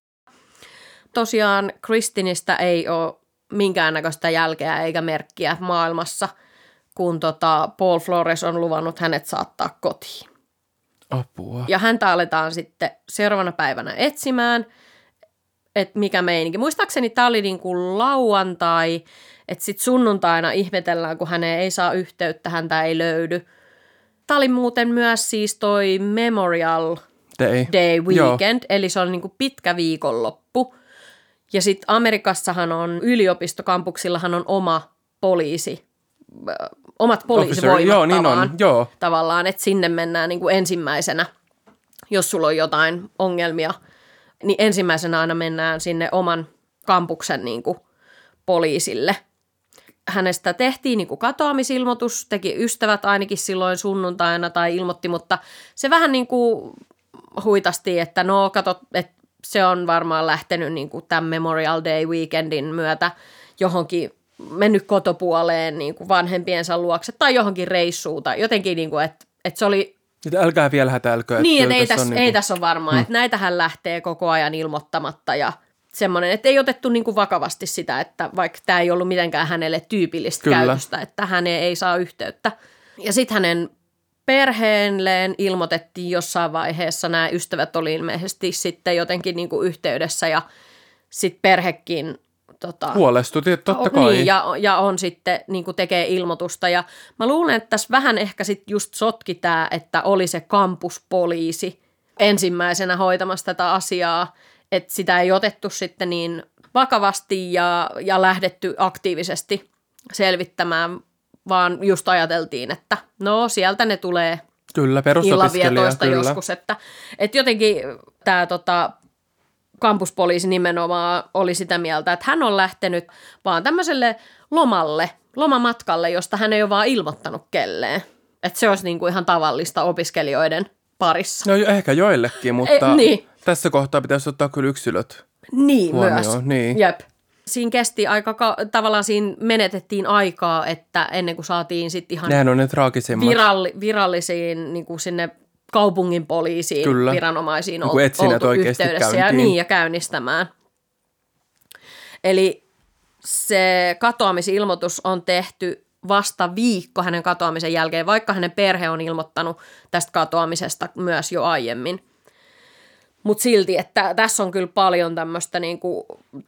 Tosiaan Kristinistä ei ole minkäännäköistä jälkeä eikä merkkiä maailmassa, kun tota Paul Flores on luvannut hänet saattaa kotiin. Apua. Ja häntä aletaan sitten seuraavana päivänä etsimään, että mikä meininki. Muistaakseni tämä oli niin kuin lauantai, että sitten sunnuntaina ihmetellään, kun häneen ei saa yhteyttä, häntä ei löydy. Tämä oli muuten myös siis toi Memorial Day, Day Weekend, Joo. eli se on niin kuin pitkä viikonloppu. Ja sitten Amerikassahan on, yliopistokampuksillahan on oma poliisi, omat poliisivoimat Joo, niin on. Joo. tavallaan, että sinne mennään niin kuin ensimmäisenä, jos sulla on jotain ongelmia, niin ensimmäisenä aina mennään sinne oman kampuksen niin kuin poliisille. Hänestä tehtiin niin kuin katoamisilmoitus, teki ystävät ainakin silloin sunnuntaina tai ilmoitti, mutta se vähän niin kuin huitasti, että no kato, että se on varmaan lähtenyt niin kuin tämän Memorial Day Weekendin myötä johonkin, mennyt kotopuoleen niin kuin vanhempiensa luokse tai johonkin reissuun tai jotenkin, niin kuin, että, että se oli... Että älkää vielä hätälkö. Niin, että ei tässä, niin kuin... ei tässä ole varmaa, hmm. että näitähän lähtee koko ajan ilmoittamatta ja semmoinen, että ei otettu niin kuin vakavasti sitä, että vaikka tämä ei ollut mitenkään hänelle tyypillistä Kyllä. käytöstä, että häneen ei saa yhteyttä. Ja sitten hänen perheelleen ilmoitettiin jossain vaiheessa, nämä ystävät oli ilmeisesti sitten jotenkin niin kuin yhteydessä ja sitten perhekin... Tota, Huolestutti, totta kai. Niin, ja, ja on sitten, niin kuin tekee ilmoitusta. Ja mä luulen, että tässä vähän ehkä sitten just sotki tämä, että oli se kampuspoliisi ensimmäisenä hoitamassa tätä asiaa, että sitä ei otettu sitten niin vakavasti ja, ja lähdetty aktiivisesti selvittämään, vaan just ajateltiin, että no sieltä ne tulee kyllä, perusopiskelija, kyllä. joskus, että, että jotenkin tämä tota, kampuspoliisi nimenomaan oli sitä mieltä, että hän on lähtenyt vaan tämmöiselle lomalle, lomamatkalle, josta hän ei ole vaan ilmoittanut kelleen. Että se olisi niin kuin ihan tavallista opiskelijoiden parissa. No ehkä joillekin, mutta e, niin. tässä kohtaa pitäisi ottaa kyllä yksilöt Niin huomioon. myös, niin. Jep. Siinä kesti aika, ka- tavallaan siinä menetettiin aikaa, että ennen kuin saatiin sitten ihan Nehän on ne traagisimmat. Viralli, virallisiin niin kuin sinne kaupungin poliisiin, Kyllä. viranomaisiin niin oltu yhteydessä ja, niin, ja käynnistämään. Eli se katoamisilmoitus on tehty vasta viikko hänen katoamisen jälkeen, vaikka hänen perhe on ilmoittanut tästä katoamisesta myös jo aiemmin. Mutta silti, että tässä on kyllä paljon tämmöistä niinku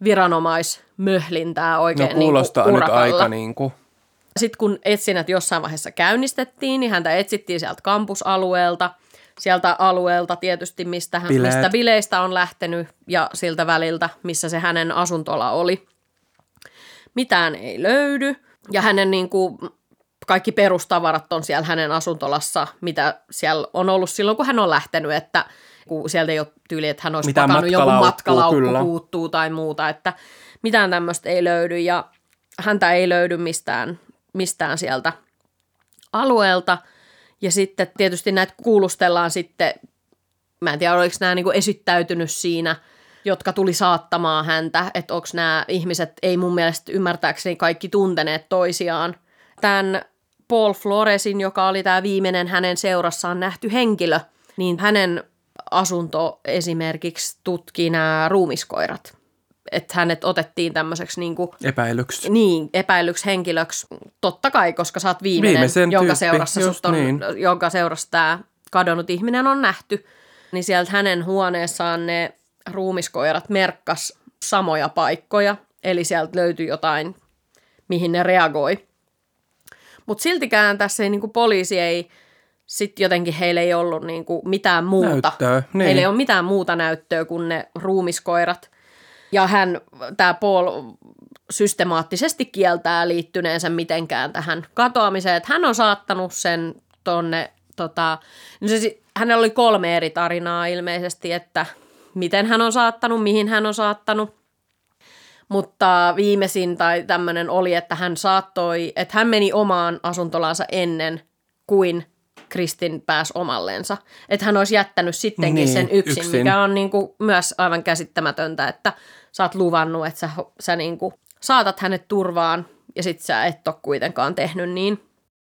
viranomaismöhlintää oikein no, kuulostaa niinku nyt aika niin kuin. Sitten kun etsinnät jossain vaiheessa käynnistettiin, niin häntä etsittiin sieltä kampusalueelta, sieltä alueelta tietysti, mistä, hän, mistä bileistä on lähtenyt ja siltä väliltä, missä se hänen asuntola oli. Mitään ei löydy ja hänen niin kuin, kaikki perustavarat on siellä hänen asuntolassa, mitä siellä on ollut silloin, kun hän on lähtenyt, että kun sieltä ei ole tyyli, että hän olisi mitään pakannut jonkun matkalaukku kyllä. puuttuu tai muuta, että mitään tämmöistä ei löydy ja häntä ei löydy mistään, mistään sieltä alueelta. Ja sitten tietysti näitä kuulustellaan sitten, mä en tiedä oliko nämä niin kuin esittäytynyt siinä, jotka tuli saattamaan häntä, että onko nämä ihmiset, ei mun mielestä ymmärtääkseni kaikki tunteneet toisiaan. Tämän Paul Floresin, joka oli tämä viimeinen hänen seurassaan nähty henkilö, niin hänen asunto esimerkiksi tutki nämä ruumiskoirat. Että hänet otettiin tämmöiseksi niin kuin, epäilyksi. Niin, epäilyksi henkilöksi. Totta kai, koska sä oot viimeinen, jonka seurassa, sut on, niin. jonka seurassa tämä kadonnut ihminen on nähty. Niin sieltä hänen huoneessaan ne ruumiskoirat merkkas samoja paikkoja. Eli sieltä löytyi jotain, mihin ne reagoi. Mutta siltikään tässä ei, niin kuin poliisi ei, sitten jotenkin heillä ei ollut niin kuin mitään muuta. Näyttöä, niin. Heillä ei ole mitään muuta näyttöä kuin ne ruumiskoirat. Ja hän, tämä Paul systemaattisesti kieltää liittyneensä mitenkään tähän katoamiseen, että hän on saattanut sen tonne, tota, no se, hänellä oli kolme eri tarinaa ilmeisesti, että miten hän on saattanut, mihin hän on saattanut. Mutta viimeisin tai tämmöinen oli, että hän saattoi, että hän meni omaan asuntolaansa ennen kuin Kristin pääsi omallensa. Että hän olisi jättänyt sittenkin niin, sen yksin, yksin, mikä on niin kuin myös aivan käsittämätöntä, että sä oot luvannut, että sä, sä niin kuin saatat hänet turvaan ja sit sä et ole kuitenkaan tehnyt niin.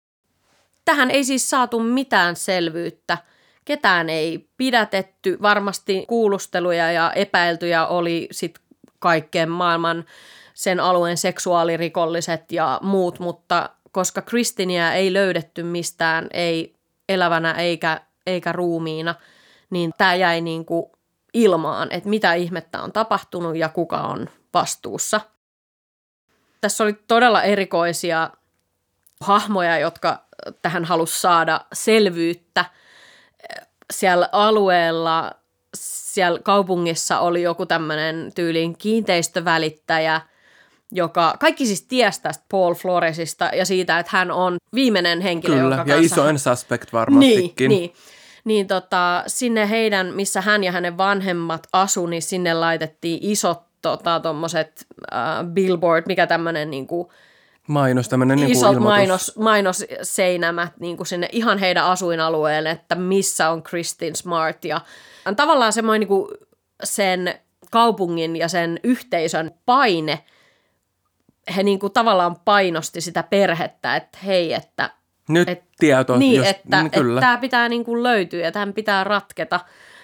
Tähän ei siis saatu mitään selvyyttä. Ketään ei pidätetty. Varmasti kuulusteluja ja epäiltyjä oli sit kaikkeen maailman sen alueen seksuaalirikolliset ja muut, mutta koska Kristiniä ei löydetty mistään, ei elävänä eikä, eikä ruumiina, niin tämä jäi niin kuin ilmaan, että mitä ihmettä on tapahtunut ja kuka on vastuussa. Tässä oli todella erikoisia hahmoja, jotka tähän halusi saada selvyyttä. Siellä alueella, siellä kaupungissa oli joku tämmöinen tyyliin kiinteistövälittäjä, joka kaikki siis tiesi tästä Paul Floresista ja siitä, että hän on viimeinen henkilö, Kyllä, jonka ja kanssa... isoin suspect varmastikin. Niin, niin. Niin tota, sinne heidän, missä hän ja hänen vanhemmat asu, niin sinne laitettiin isot tota, tommoset äh, billboard, mikä tämmöinen niinku... Mainos, tämmöinen niinku isot ilmoitus. mainos, mainosseinämät niinku sinne ihan heidän asuinalueelle, että missä on Kristin Smart. Ja on tavallaan semmoinen niinku sen kaupungin ja sen yhteisön paine. He niinku tavallaan painosti sitä perhettä, että hei, että... Nyt et, tieto. Niin, jos, että, mm, kyllä. että tämä pitää niinku löytyä ja tämän pitää ratketa.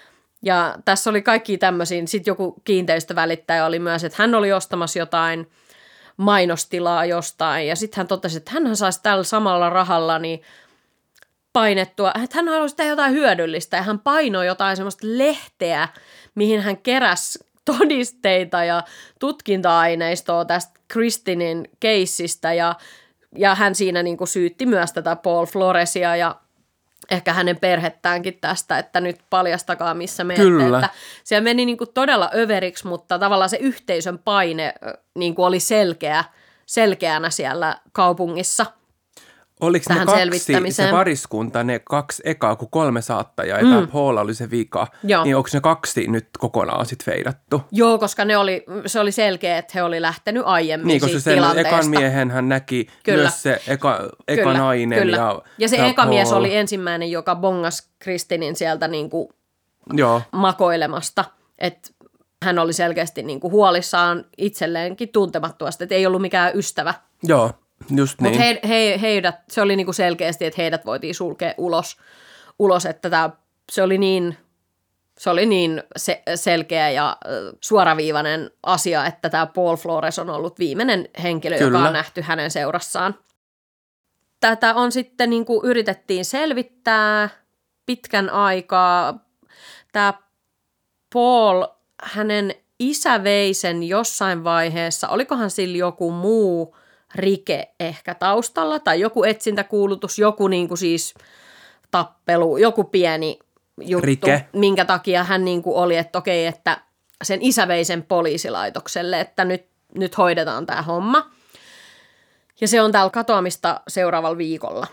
Ja tässä oli kaikki tämmöisiä. Sitten joku kiinteistövälittäjä oli myös, että hän oli ostamassa jotain mainostilaa jostain. Ja sitten hän totesi, että hän saisi tällä samalla rahalla niin painettua, että hän haluaisi tehdä jotain hyödyllistä. Ja hän painoi jotain semmoista lehteä, mihin hän keräsi todisteita ja tutkinta-aineistoa tästä Kristinin keissistä. Ja, ja hän siinä niin kuin syytti myös tätä Paul Floresia ja ehkä hänen perhettäänkin tästä, että nyt paljastakaa missä menette. Että siellä meni niin kuin todella överiksi, mutta tavallaan se yhteisön paine niin kuin oli selkeä, selkeänä siellä kaupungissa. Oliko ne kaksi, se pariskunta, ne kaksi ekaa, kun kolme saattajaa, ja mm. tämä Paul oli se vika, Joo. niin onko ne kaksi nyt kokonaan sitten feidattu? Joo, koska ne oli, se oli selkeä, että he oli lähtenyt aiemmin niin, koska sen tilanteesta. ekan miehen hän näki kyllä. myös se eka, eka kyllä, nainen. Kyllä. Ja, ja se ja eka Paul. mies oli ensimmäinen, joka bongas Kristinin sieltä niin kuin Joo. makoilemasta, että hän oli selkeästi niin kuin huolissaan itselleenkin tuntemattomasti, että ei ollut mikään ystävä. Joo. Just niin. Mutta he, he, heidät, se oli niinku selkeästi, että heidät voitiin sulkea ulos, ulos että tää, se oli niin, se oli niin se, selkeä ja suoraviivainen asia, että tämä Paul Flores on ollut viimeinen henkilö, Kyllä. joka on nähty hänen seurassaan. Tätä on sitten niinku yritettiin selvittää pitkän aikaa. Tämä Paul, hänen isä vei sen jossain vaiheessa, olikohan sillä joku muu rike ehkä taustalla tai joku etsintäkuulutus, joku niin kuin siis tappelu, joku pieni juttu, Rike. minkä takia hän niin kuin oli, että okei, että sen isä vei sen poliisilaitokselle, että nyt, nyt hoidetaan tämä homma. Ja se on täällä katoamista seuraavalla viikolla.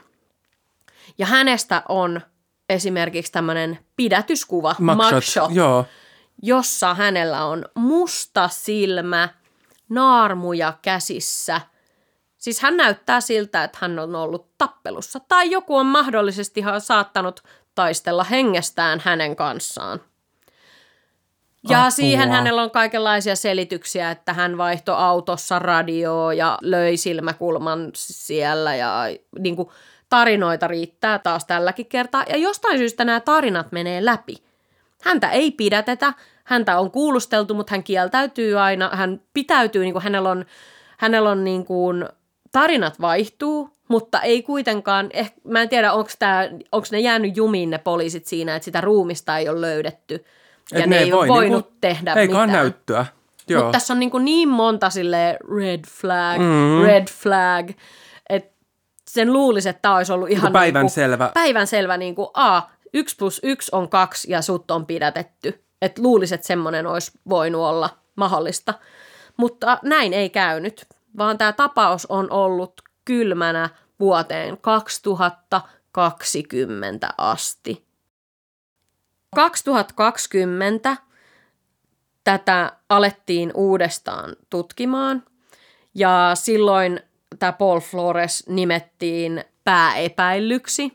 Ja hänestä on esimerkiksi tämmöinen pidätyskuva, mugshot, mugshot joo. jossa hänellä on musta silmä, naarmuja käsissä. Siis hän näyttää siltä, että hän on ollut tappelussa tai joku on mahdollisesti saattanut taistella hengestään hänen kanssaan. Ja Apua. siihen hänellä on kaikenlaisia selityksiä, että hän vaihtoi autossa radioa ja löi silmäkulman siellä ja niin kuin tarinoita riittää taas tälläkin kertaa. Ja jostain syystä nämä tarinat menee läpi. Häntä ei pidätetä, häntä on kuulusteltu, mutta hän kieltäytyy aina, hän pitäytyy, niin kuin hänellä on, hänellä on niin kuin tarinat vaihtuu, mutta ei kuitenkaan, eh, mä en tiedä, onko ne jäänyt jumiin ne poliisit siinä, että sitä ruumista ei ole löydetty. Ja Et ne, ne ei voi, ole voinut niinku, tehdä eikä mitään. näyttöä. Mutta tässä on niin, niin monta silleen red flag, mm-hmm. red flag, että sen luulisi, että tämä olisi ollut ihan päivän niin kuin, selvä. Päivän selvä, niin kuin a, yksi plus yksi on kaksi ja sut on pidätetty. Että luulisi, että semmoinen olisi voinut olla mahdollista. Mutta näin ei käynyt, vaan tämä tapaus on ollut kylmänä vuoteen kaksituhattakaksikymmentä asti. kaksituhattakaksikymmentä tätä alettiin uudestaan tutkimaan ja silloin tämä Paul Flores nimettiin pääepäillyksi.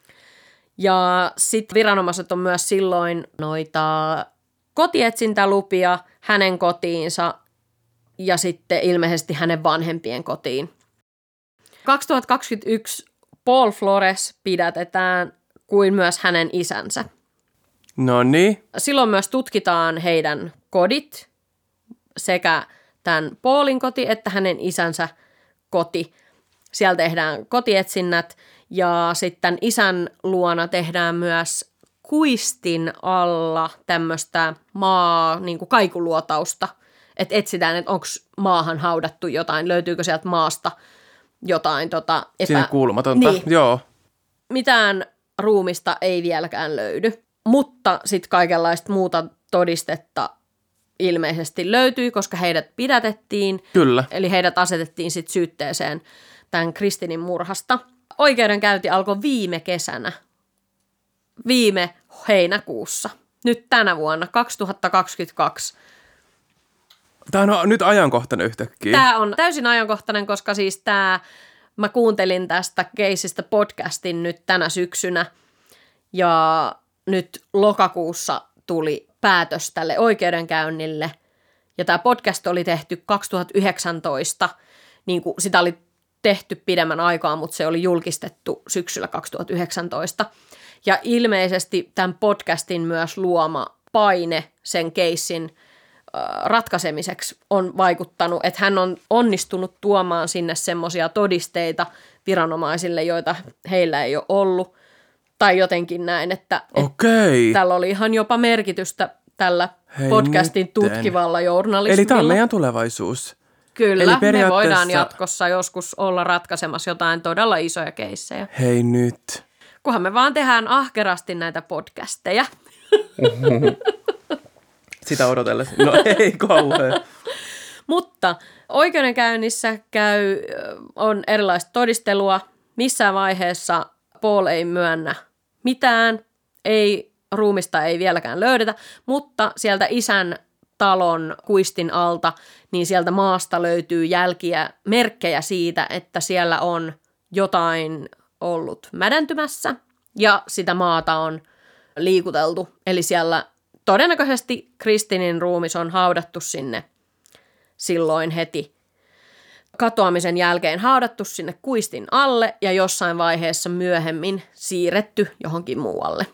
Ja sitten viranomaiset on myös silloin noita kotietsintälupia hänen kotiinsa ja sitten ilmeisesti hänen vanhempien kotiin. kaksituhattakaksikymmentäyksi Paul Flores pidätetään kuin myös hänen isänsä. No niin. Silloin myös tutkitaan heidän kodit, sekä tämän Paulin koti että hänen isänsä koti. Siellä tehdään kotietsinnät ja sitten isän luona tehdään myös kuistin alla tämmöistä maa, niin kuin kaikuluotausta. Että etsitään, että onko maahan haudattu jotain, löytyykö sieltä maasta jotain tota, epä... Siinä kuulumatonta, niin. Joo. Mitään ruumista ei vieläkään löydy, mutta sitten kaikenlaista muuta todistetta ilmeisesti löytyi, koska heidät pidätettiin. Kyllä. Eli heidät asetettiin sitten syytteeseen tämän Kristinin murhasta. Oikeudenkäynti alkoi viime kesänä, viime heinäkuussa, nyt tänä vuonna, kaksituhattakaksikymmentäkaksi. Tämä on nyt ajankohtainen yhtäkkiä. Tämä on täysin ajankohtainen, koska siis tämä, mä kuuntelin tästä keisistä podcastin nyt tänä syksynä ja nyt lokakuussa tuli päätös tälle oikeudenkäynnille. Ja tämä podcast oli tehty kaksituhattayhdeksäntoista, niin kuin sitä oli tehty pidemmän aikaa, mutta se oli julkistettu syksyllä kaksituhattayhdeksäntoista. Ja ilmeisesti tämän podcastin myös luoma paine sen keissin ratkaisemiseksi on vaikuttanut, että hän on onnistunut tuomaan sinne semmoisia todisteita viranomaisille, joita heillä ei ole ollut. Tai jotenkin näin, että, että tällä oli ihan jopa merkitystä tällä Hei podcastin nytten. tutkivalla journalismilla. Eli tämä on meidän tulevaisuus. Kyllä, Eli periaatteessa... me voidaan jatkossa joskus olla ratkaisemassa jotain todella isoja keissejä. Hei nyt. Kunhan me vaan tehdään ahkerasti näitä podcasteja. Sitä odotellessa. No ei kauhean. Mutta oikeudenkäynnissä käy, on erilaista todistelua. Missään vaiheessa Paul ei myönnä mitään, ei, ruumista ei vieläkään löydetä, mutta sieltä isän talon kuistin alta, niin sieltä maasta löytyy jälkiä, merkkejä siitä, että siellä on jotain ollut mädäntymässä ja sitä maata on liikuteltu. Eli siellä todennäköisesti Kristinin ruumis on haudattu sinne silloin heti katoamisen jälkeen haudattu sinne kuistin alle ja jossain vaiheessa myöhemmin siirretty johonkin muualle.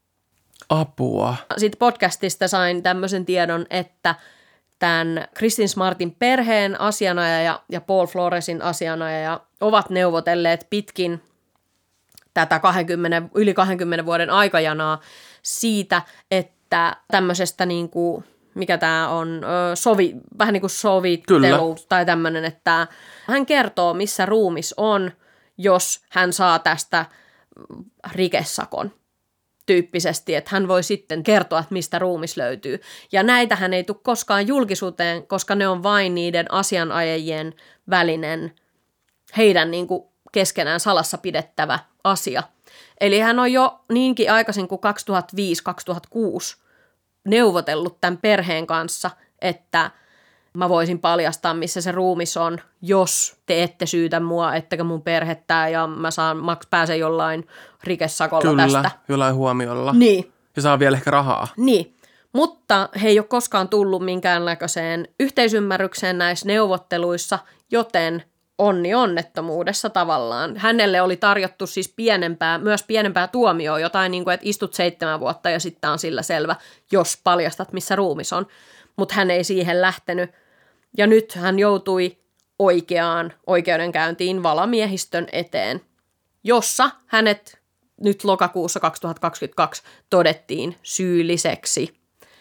Apua. Sitten podcastista sain tämmöisen tiedon, että tämän Kristin Smartin perheen asianajaja ja Paul Floresin asianajaja ovat neuvotelleet pitkin tätä kaksikymmentä, yli kahdenkymmenen vuoden aikajanaa siitä, että tämmöisestä niin kuin mikä tämä on, sovi, vähän niin kuin sovittelu Kyllä. tai tämmöinen, että hän kertoo, missä ruumis on, jos hän saa tästä rikesakon tyyppisesti, että hän voi sitten kertoa, että mistä ruumis löytyy. Ja näitähän ei tule koskaan julkisuuteen, koska ne on vain niiden asianajajien välinen, heidän niin kuin keskenään salassa pidettävä asia. Eli hän on jo niinkin aikaisin kuin kaksituhattaviisi kaksituhattakuusi neuvotellut tämän perheen kanssa, että mä voisin paljastaa, missä se ruumis on, jos te ette syytä mua, ettekä mun perhettä, ja mä saan, mä pääsen jollain rikesakolla Kyllä, tästä. Kyllä, jollain huomiolla. Niin. Ja saa vielä ehkä rahaa. Niin, mutta he ei ole koskaan tullut minkäännäköiseen yhteisymmärrykseen näissä neuvotteluissa, joten onni onnettomuudessa tavallaan. Hänelle oli tarjottu siis pienempää, myös pienempää tuomioa, jotain niin kuin, että istut seitsemän vuotta ja sitten on sillä selvä, jos paljastat, missä ruumis on. Mutta hän ei siihen lähtenyt. Ja nyt hän joutui oikeaan oikeudenkäyntiin valamiehistön eteen, jossa hänet nyt lokakuussa kaksituhattakaksikymmentäkaksi todettiin syylliseksi.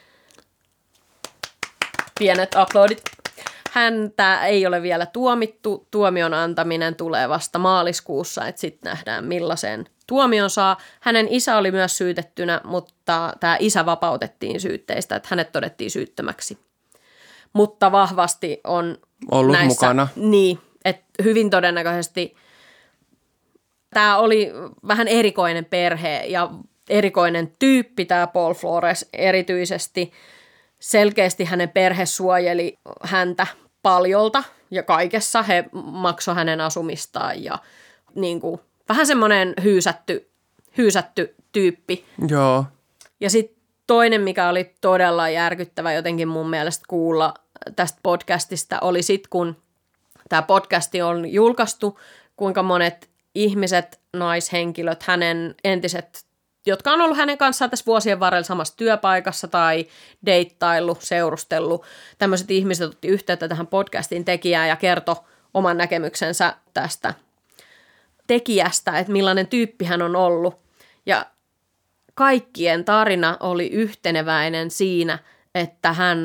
Pienet aplodit. Häntä ei ole vielä tuomittu. Tuomion antaminen tulee vasta maaliskuussa, että sitten nähdään millaisen tuomion saa. Hänen isä oli myös syytettynä, mutta tämä isä vapautettiin syytteistä, että hänet todettiin syyttömäksi. Mutta vahvasti on ollut näissä, mukana. Niin, että hyvin todennäköisesti tämä oli vähän erikoinen perhe ja erikoinen tyyppi tämä Paul Flores erityisesti selkeästi hänen perhe suojeli häntä paljolta ja kaikessa. He maksoi hänen asumistaan ja niin kuin, vähän semmoinen hyysätty, hyysätty tyyppi. Joo. Ja sitten toinen, mikä oli todella järkyttävä jotenkin mun mielestä kuulla tästä podcastista, oli sitten, kun tämä podcasti on julkaistu, kuinka monet ihmiset, naishenkilöt, hänen entiset, jotka on ollut hänen kanssaan tässä vuosien varrella samassa työpaikassa tai deittaillut, seurustellut, tämmöiset ihmiset otti yhteyttä tähän podcastin tekijään ja kertoi oman näkemyksensä tästä tekijästä, että millainen tyyppi hän on ollut. Ja kaikkien tarina oli yhteneväinen siinä, että hän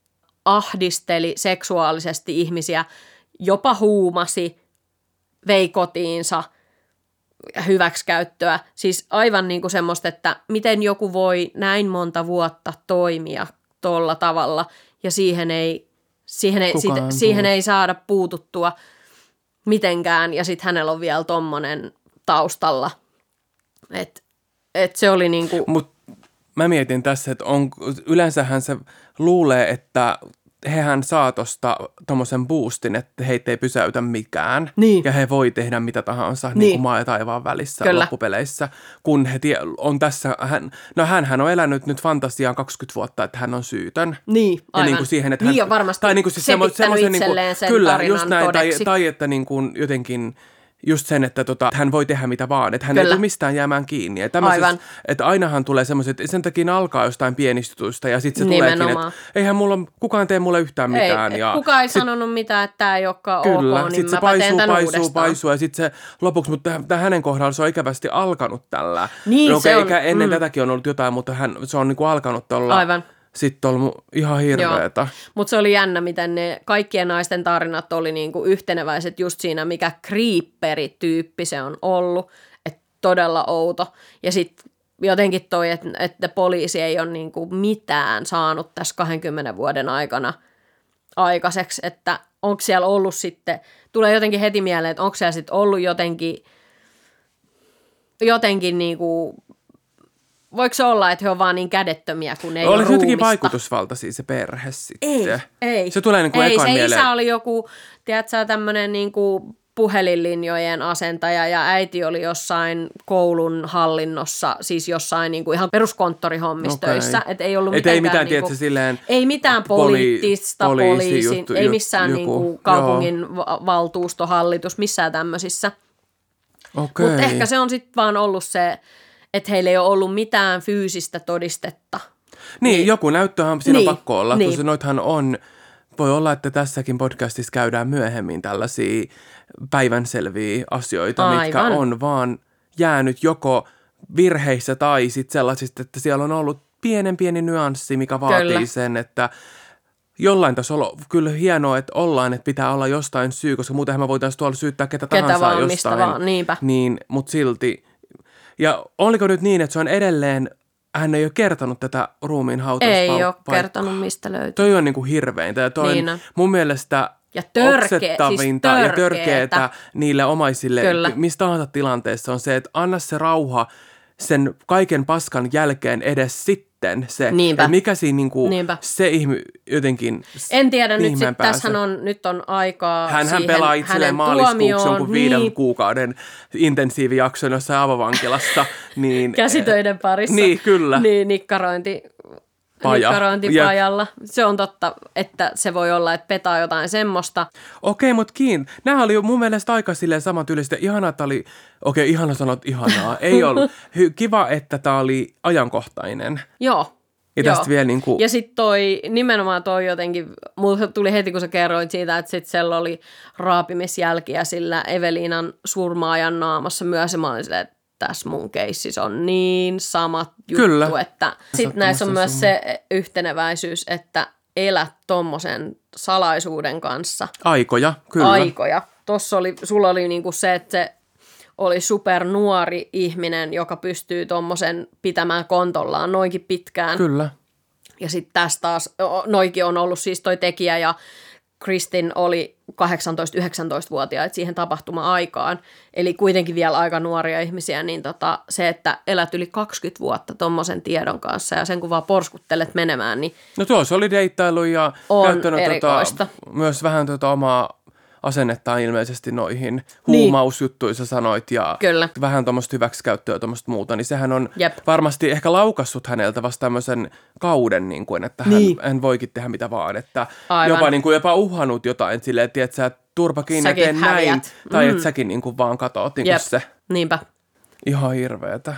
ahdisteli seksuaalisesti ihmisiä, jopa huumasi, vei kotiinsa hyväksikäyttöä. Siis aivan niin kuin semmoista, että miten joku voi näin monta vuotta toimia tolla tavalla ja siihen ei, siihen ei, sit, siihen ei saada puututtua mitenkään ja sitten hänellä on vielä tommonen taustalla. Että et se oli niinku... Mut mä mietin tässä, että on, yleensähän se luulee, että hehän saa tosta tommosen boostin, että heitä ei pysäytä mikään. Niin. Ja he voi tehdä mitä tahansa niin. Niin kuin maa ja taivaan välissä Kyllä. loppupeleissä. Kun he tie, on tässä, hän, no hänhän on elänyt nyt fantasiaan kaksikymmentä vuotta, että hän on syytön. Niin, aivan. Ja niin kuin siihen, että hän, niin on varmasti tai niin kuin siis selittänyt semmo, itselleen niin kuin, sen kyllä, tarinan just näin, todeksi. tai, tai että niin kuin jotenkin... Just sen, että tota, hän voi tehdä mitä vaan, että hän Kyllä. ei tule mistään jäämään kiinni. Aivan. Että ainahan tulee semmoiset, että sen takia ne alkaa jostain pienistutusta ja sitten se Nimenomaan. tuleekin, että eihän mulla, kukaan tee mulle yhtään mitään. Ei, ja kukaan ei sit, sanonut mitään, että tämä ei olekaan kyllä, ok, niin sit mä se paisuu, teen tämän paisuu, uudestaan. paisuu ja sitten se lopuksi, mutta tämän hänen kohdalla se on ikävästi alkanut tällä. Niin, no, se on. Eikä ennen mm. tätäkin on ollut jotain, mutta hän, se on niinku alkanut tuolla. Aivan. Sitten on ihan hirveetä. Mutta se oli jännä, miten ne kaikkien naisten tarinat oli niinku yhteneväiset just siinä, mikä creeperi-tyyppi se on ollut. Että todella outo. Ja sitten jotenkin toi, että, että poliisi ei ole niinku mitään saanut tässä kahdenkymmenen vuoden aikana aikaiseksi. Että onko siellä ollut sitten, tulee jotenkin heti mieleen, että onko siellä sitten ollut jotenkin, jotenkin niinku... Voiko se olla, että he on vaan niin kädettömiä, kun ei Oli ole ruumista? jotenkin vaikutusvaltaisia se perhe sitten. Ei, ei. Se tulee niin kuin ei, ekan se mieleen. isä oli joku, tiedätkö, tämmöinen niin kuin puhelinlinjojen asentaja ja äiti oli jossain koulun hallinnossa, siis jossain niin kuin ihan peruskonttorihommissa okay. töissä. Että ei ollut Et mitenkään... ei mitään, niin tiedätkö, kuin, silleen... Ei mitään poli- poliittista, poliisi poliisin, juttu, ei jut, missään joku, niin kuin kaupungin va- valtuusto, hallitus, missään tämmöisissä. Okay. Mutta ehkä se on sitten vaan ollut se... että heillä ei ole ollut mitään fyysistä todistetta. Niin, niin. joku näyttöhän siinä niin. on pakko olla, niin. koska noithan on, voi olla, että tässäkin podcastissa käydään myöhemmin tällaisia päivänselviä asioita, Aivan. mitkä on vaan jäänyt joko virheissä tai sitten sellaisista, että siellä on ollut pienen pieni nyanssi, mikä vaatii kyllä. sen, että jollain tasolla kyllä hienoa, että ollaan, että pitää olla jostain syy, koska muutenhan me voitaisiin tuolla syyttää ketä, ketä tahansa vaan, jostain. mistä vaan, niinpä. Niin, mutta silti... Ja oliko nyt niin, että se on edelleen, hän ei ole kertonut tätä ruumiin hautauspaikkaa? Ei ole kertonut, mistä löytyy. Toi on niin kuin hirveintä ja toi niin on mun mielestä ja törkeä, oksettavinta siis ja törkeätä niille omaisille, Kyllä. mistä tahansa tilanteessa on se, että anna se rauha sen kaiken paskan jälkeen edes sitten se, Niinpä. että mikä siinä niin kuin Niinpä. se ihme jotenkin en tiedä, nyt sit, tässähän on, nyt on aikaa hän, siihen hän pelaa itselleen maaliskuuksi jonkun viiden niin. kuukauden intensiivijakson jossain avovankilassa. Niin, käsitöiden parissa. Niin, kyllä. Niin, nikkarointi, Paja. nikkarointipajalla. Ja... Se on totta, että se voi olla, että petaa jotain semmoista. Okei, mutta kiin. Nämä oli mun mielestä aika silleen samantyylistä. Ihanaa, että oli, okei, ihana sanot ihanaa. Ei ollut. Kiva, että tämä oli ajankohtainen. Joo. Ja tästä vielä niin kuin... Ja sitten toi, nimenomaan toi jotenkin, mulle tuli heti kun sä kerroit siitä, että sitten siellä oli raapimisjälkiä sillä Eveliinan surmaajan naamassa myös. Ja mä olin silleen, että tässä mun keississä on niin samat juttu, Kyllä. että sitten näissä on myös se yhteneväisyys, että elät tommosen salaisuuden kanssa. Aikoja, kyllä. Aikoja. Tossa oli, sulla oli niinku se, että se oli supernuori ihminen, joka pystyy tommosen pitämään kontollaan noinkin pitkään. Kyllä. Ja sitten tässä taas, noikin on ollut siis toi tekijä ja Kristin oli kahdeksantoista-yhdeksäntoista-vuotiaita siihen tapahtuma-aikaan, eli kuitenkin vielä aika nuoria ihmisiä, niin tota, se, että elät yli kaksikymmentä vuotta tommosen tiedon kanssa ja sen kun vaan porskuttelet menemään, niin no tuossa oli deittailu ja on käyttänyt erikoista. Tota, myös vähän tota omaa asennettaan ilmeisesti noihin huumausjuttuihin sä sanoit ja Kyllä. vähän tuommoista hyväksikäyttöä ja tuommoista muuta, niin sehän on Jep. varmasti ehkä laukassut häneltä vasta tämmöisen kauden, niin kuin, että hän, Niin. hän voikin tehdä mitä vaan, että Aivan. jopa, niin kuin, jopa uhannut jotain silleen, että tiedät, sä turpa kiinni ja Säkin teen näin, häviät. tai Mm. että säkin niin kuin vaan katoat niin kuin Jep. se. Niinpä. Ihan hirveetä.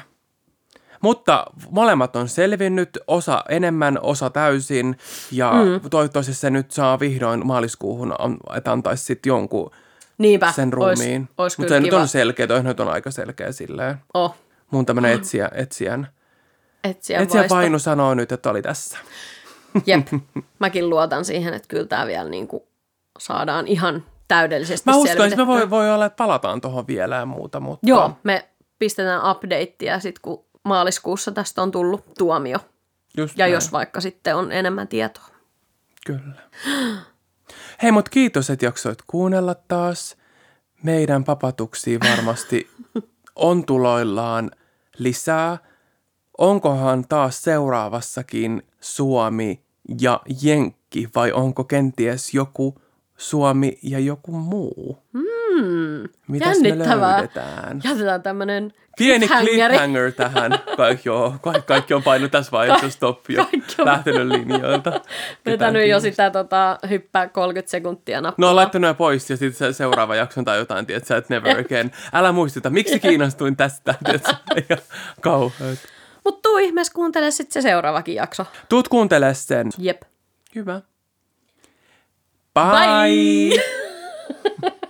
Mutta molemmat on selvinnyt, osa enemmän, osa täysin, ja mm. toivottavasti se nyt saa vihdoin maaliskuuhun, että antaisi sitten jonkun Niinpä. sen ruumiin. Ois, ois Mutta se kyllä nyt on kiva. selkeä, toi nyt on aika selkeä silleen. Oh. Mun tämmönen etsiä, etsijän, Etsijän etsijän vaisto. vainu sanoo nyt, että oli tässä. Jep. Mäkin luotan siihen, että kyllä tämä vielä niin kuin saadaan ihan täydellisesti Mä uskon, että selvitettyä. me voi, voi olla, että palataan tuohon vielä ja muuta, mutta... Joo, me pistetään updatea sitten, kun maaliskuussa tästä on tullut tuomio. Just Ja näin. jos vaikka sitten on enemmän tietoa. Kyllä. Hei, mut kiitos, että jaksoit kuunnella taas. Meidän papatuksia varmasti on tuloillaan lisää. Onkohan taas seuraavassakin Suomi ja Jenkki vai onko kenties joku Suomi ja joku muu? Hmm, Mitäs me jännittävää. löydetään? Jätetään tämmönen Pieni cliffhangeri. cliffhanger tähän. Kaikki, joo, kaikki, kaikki on painut tässä vaiheessa stop jo. Kaikki on- Lähtenyt linjoilta. Vetänyt jo sitä tota, hyppää kolmekymmentä sekuntia No nappulaa. on laittanut jo pois ja sitten se seuraava jakson tai jotain, tiedätkö, että never again. Älä muistuta, miksi kiinnostuin tästä, tiedätkö, ja kauheat. Mut tuu ihmeessä kuuntele sitten se seuraavakin jakso. Tuut kuuntele sen. Jep. Hyvä. Bye! Bye!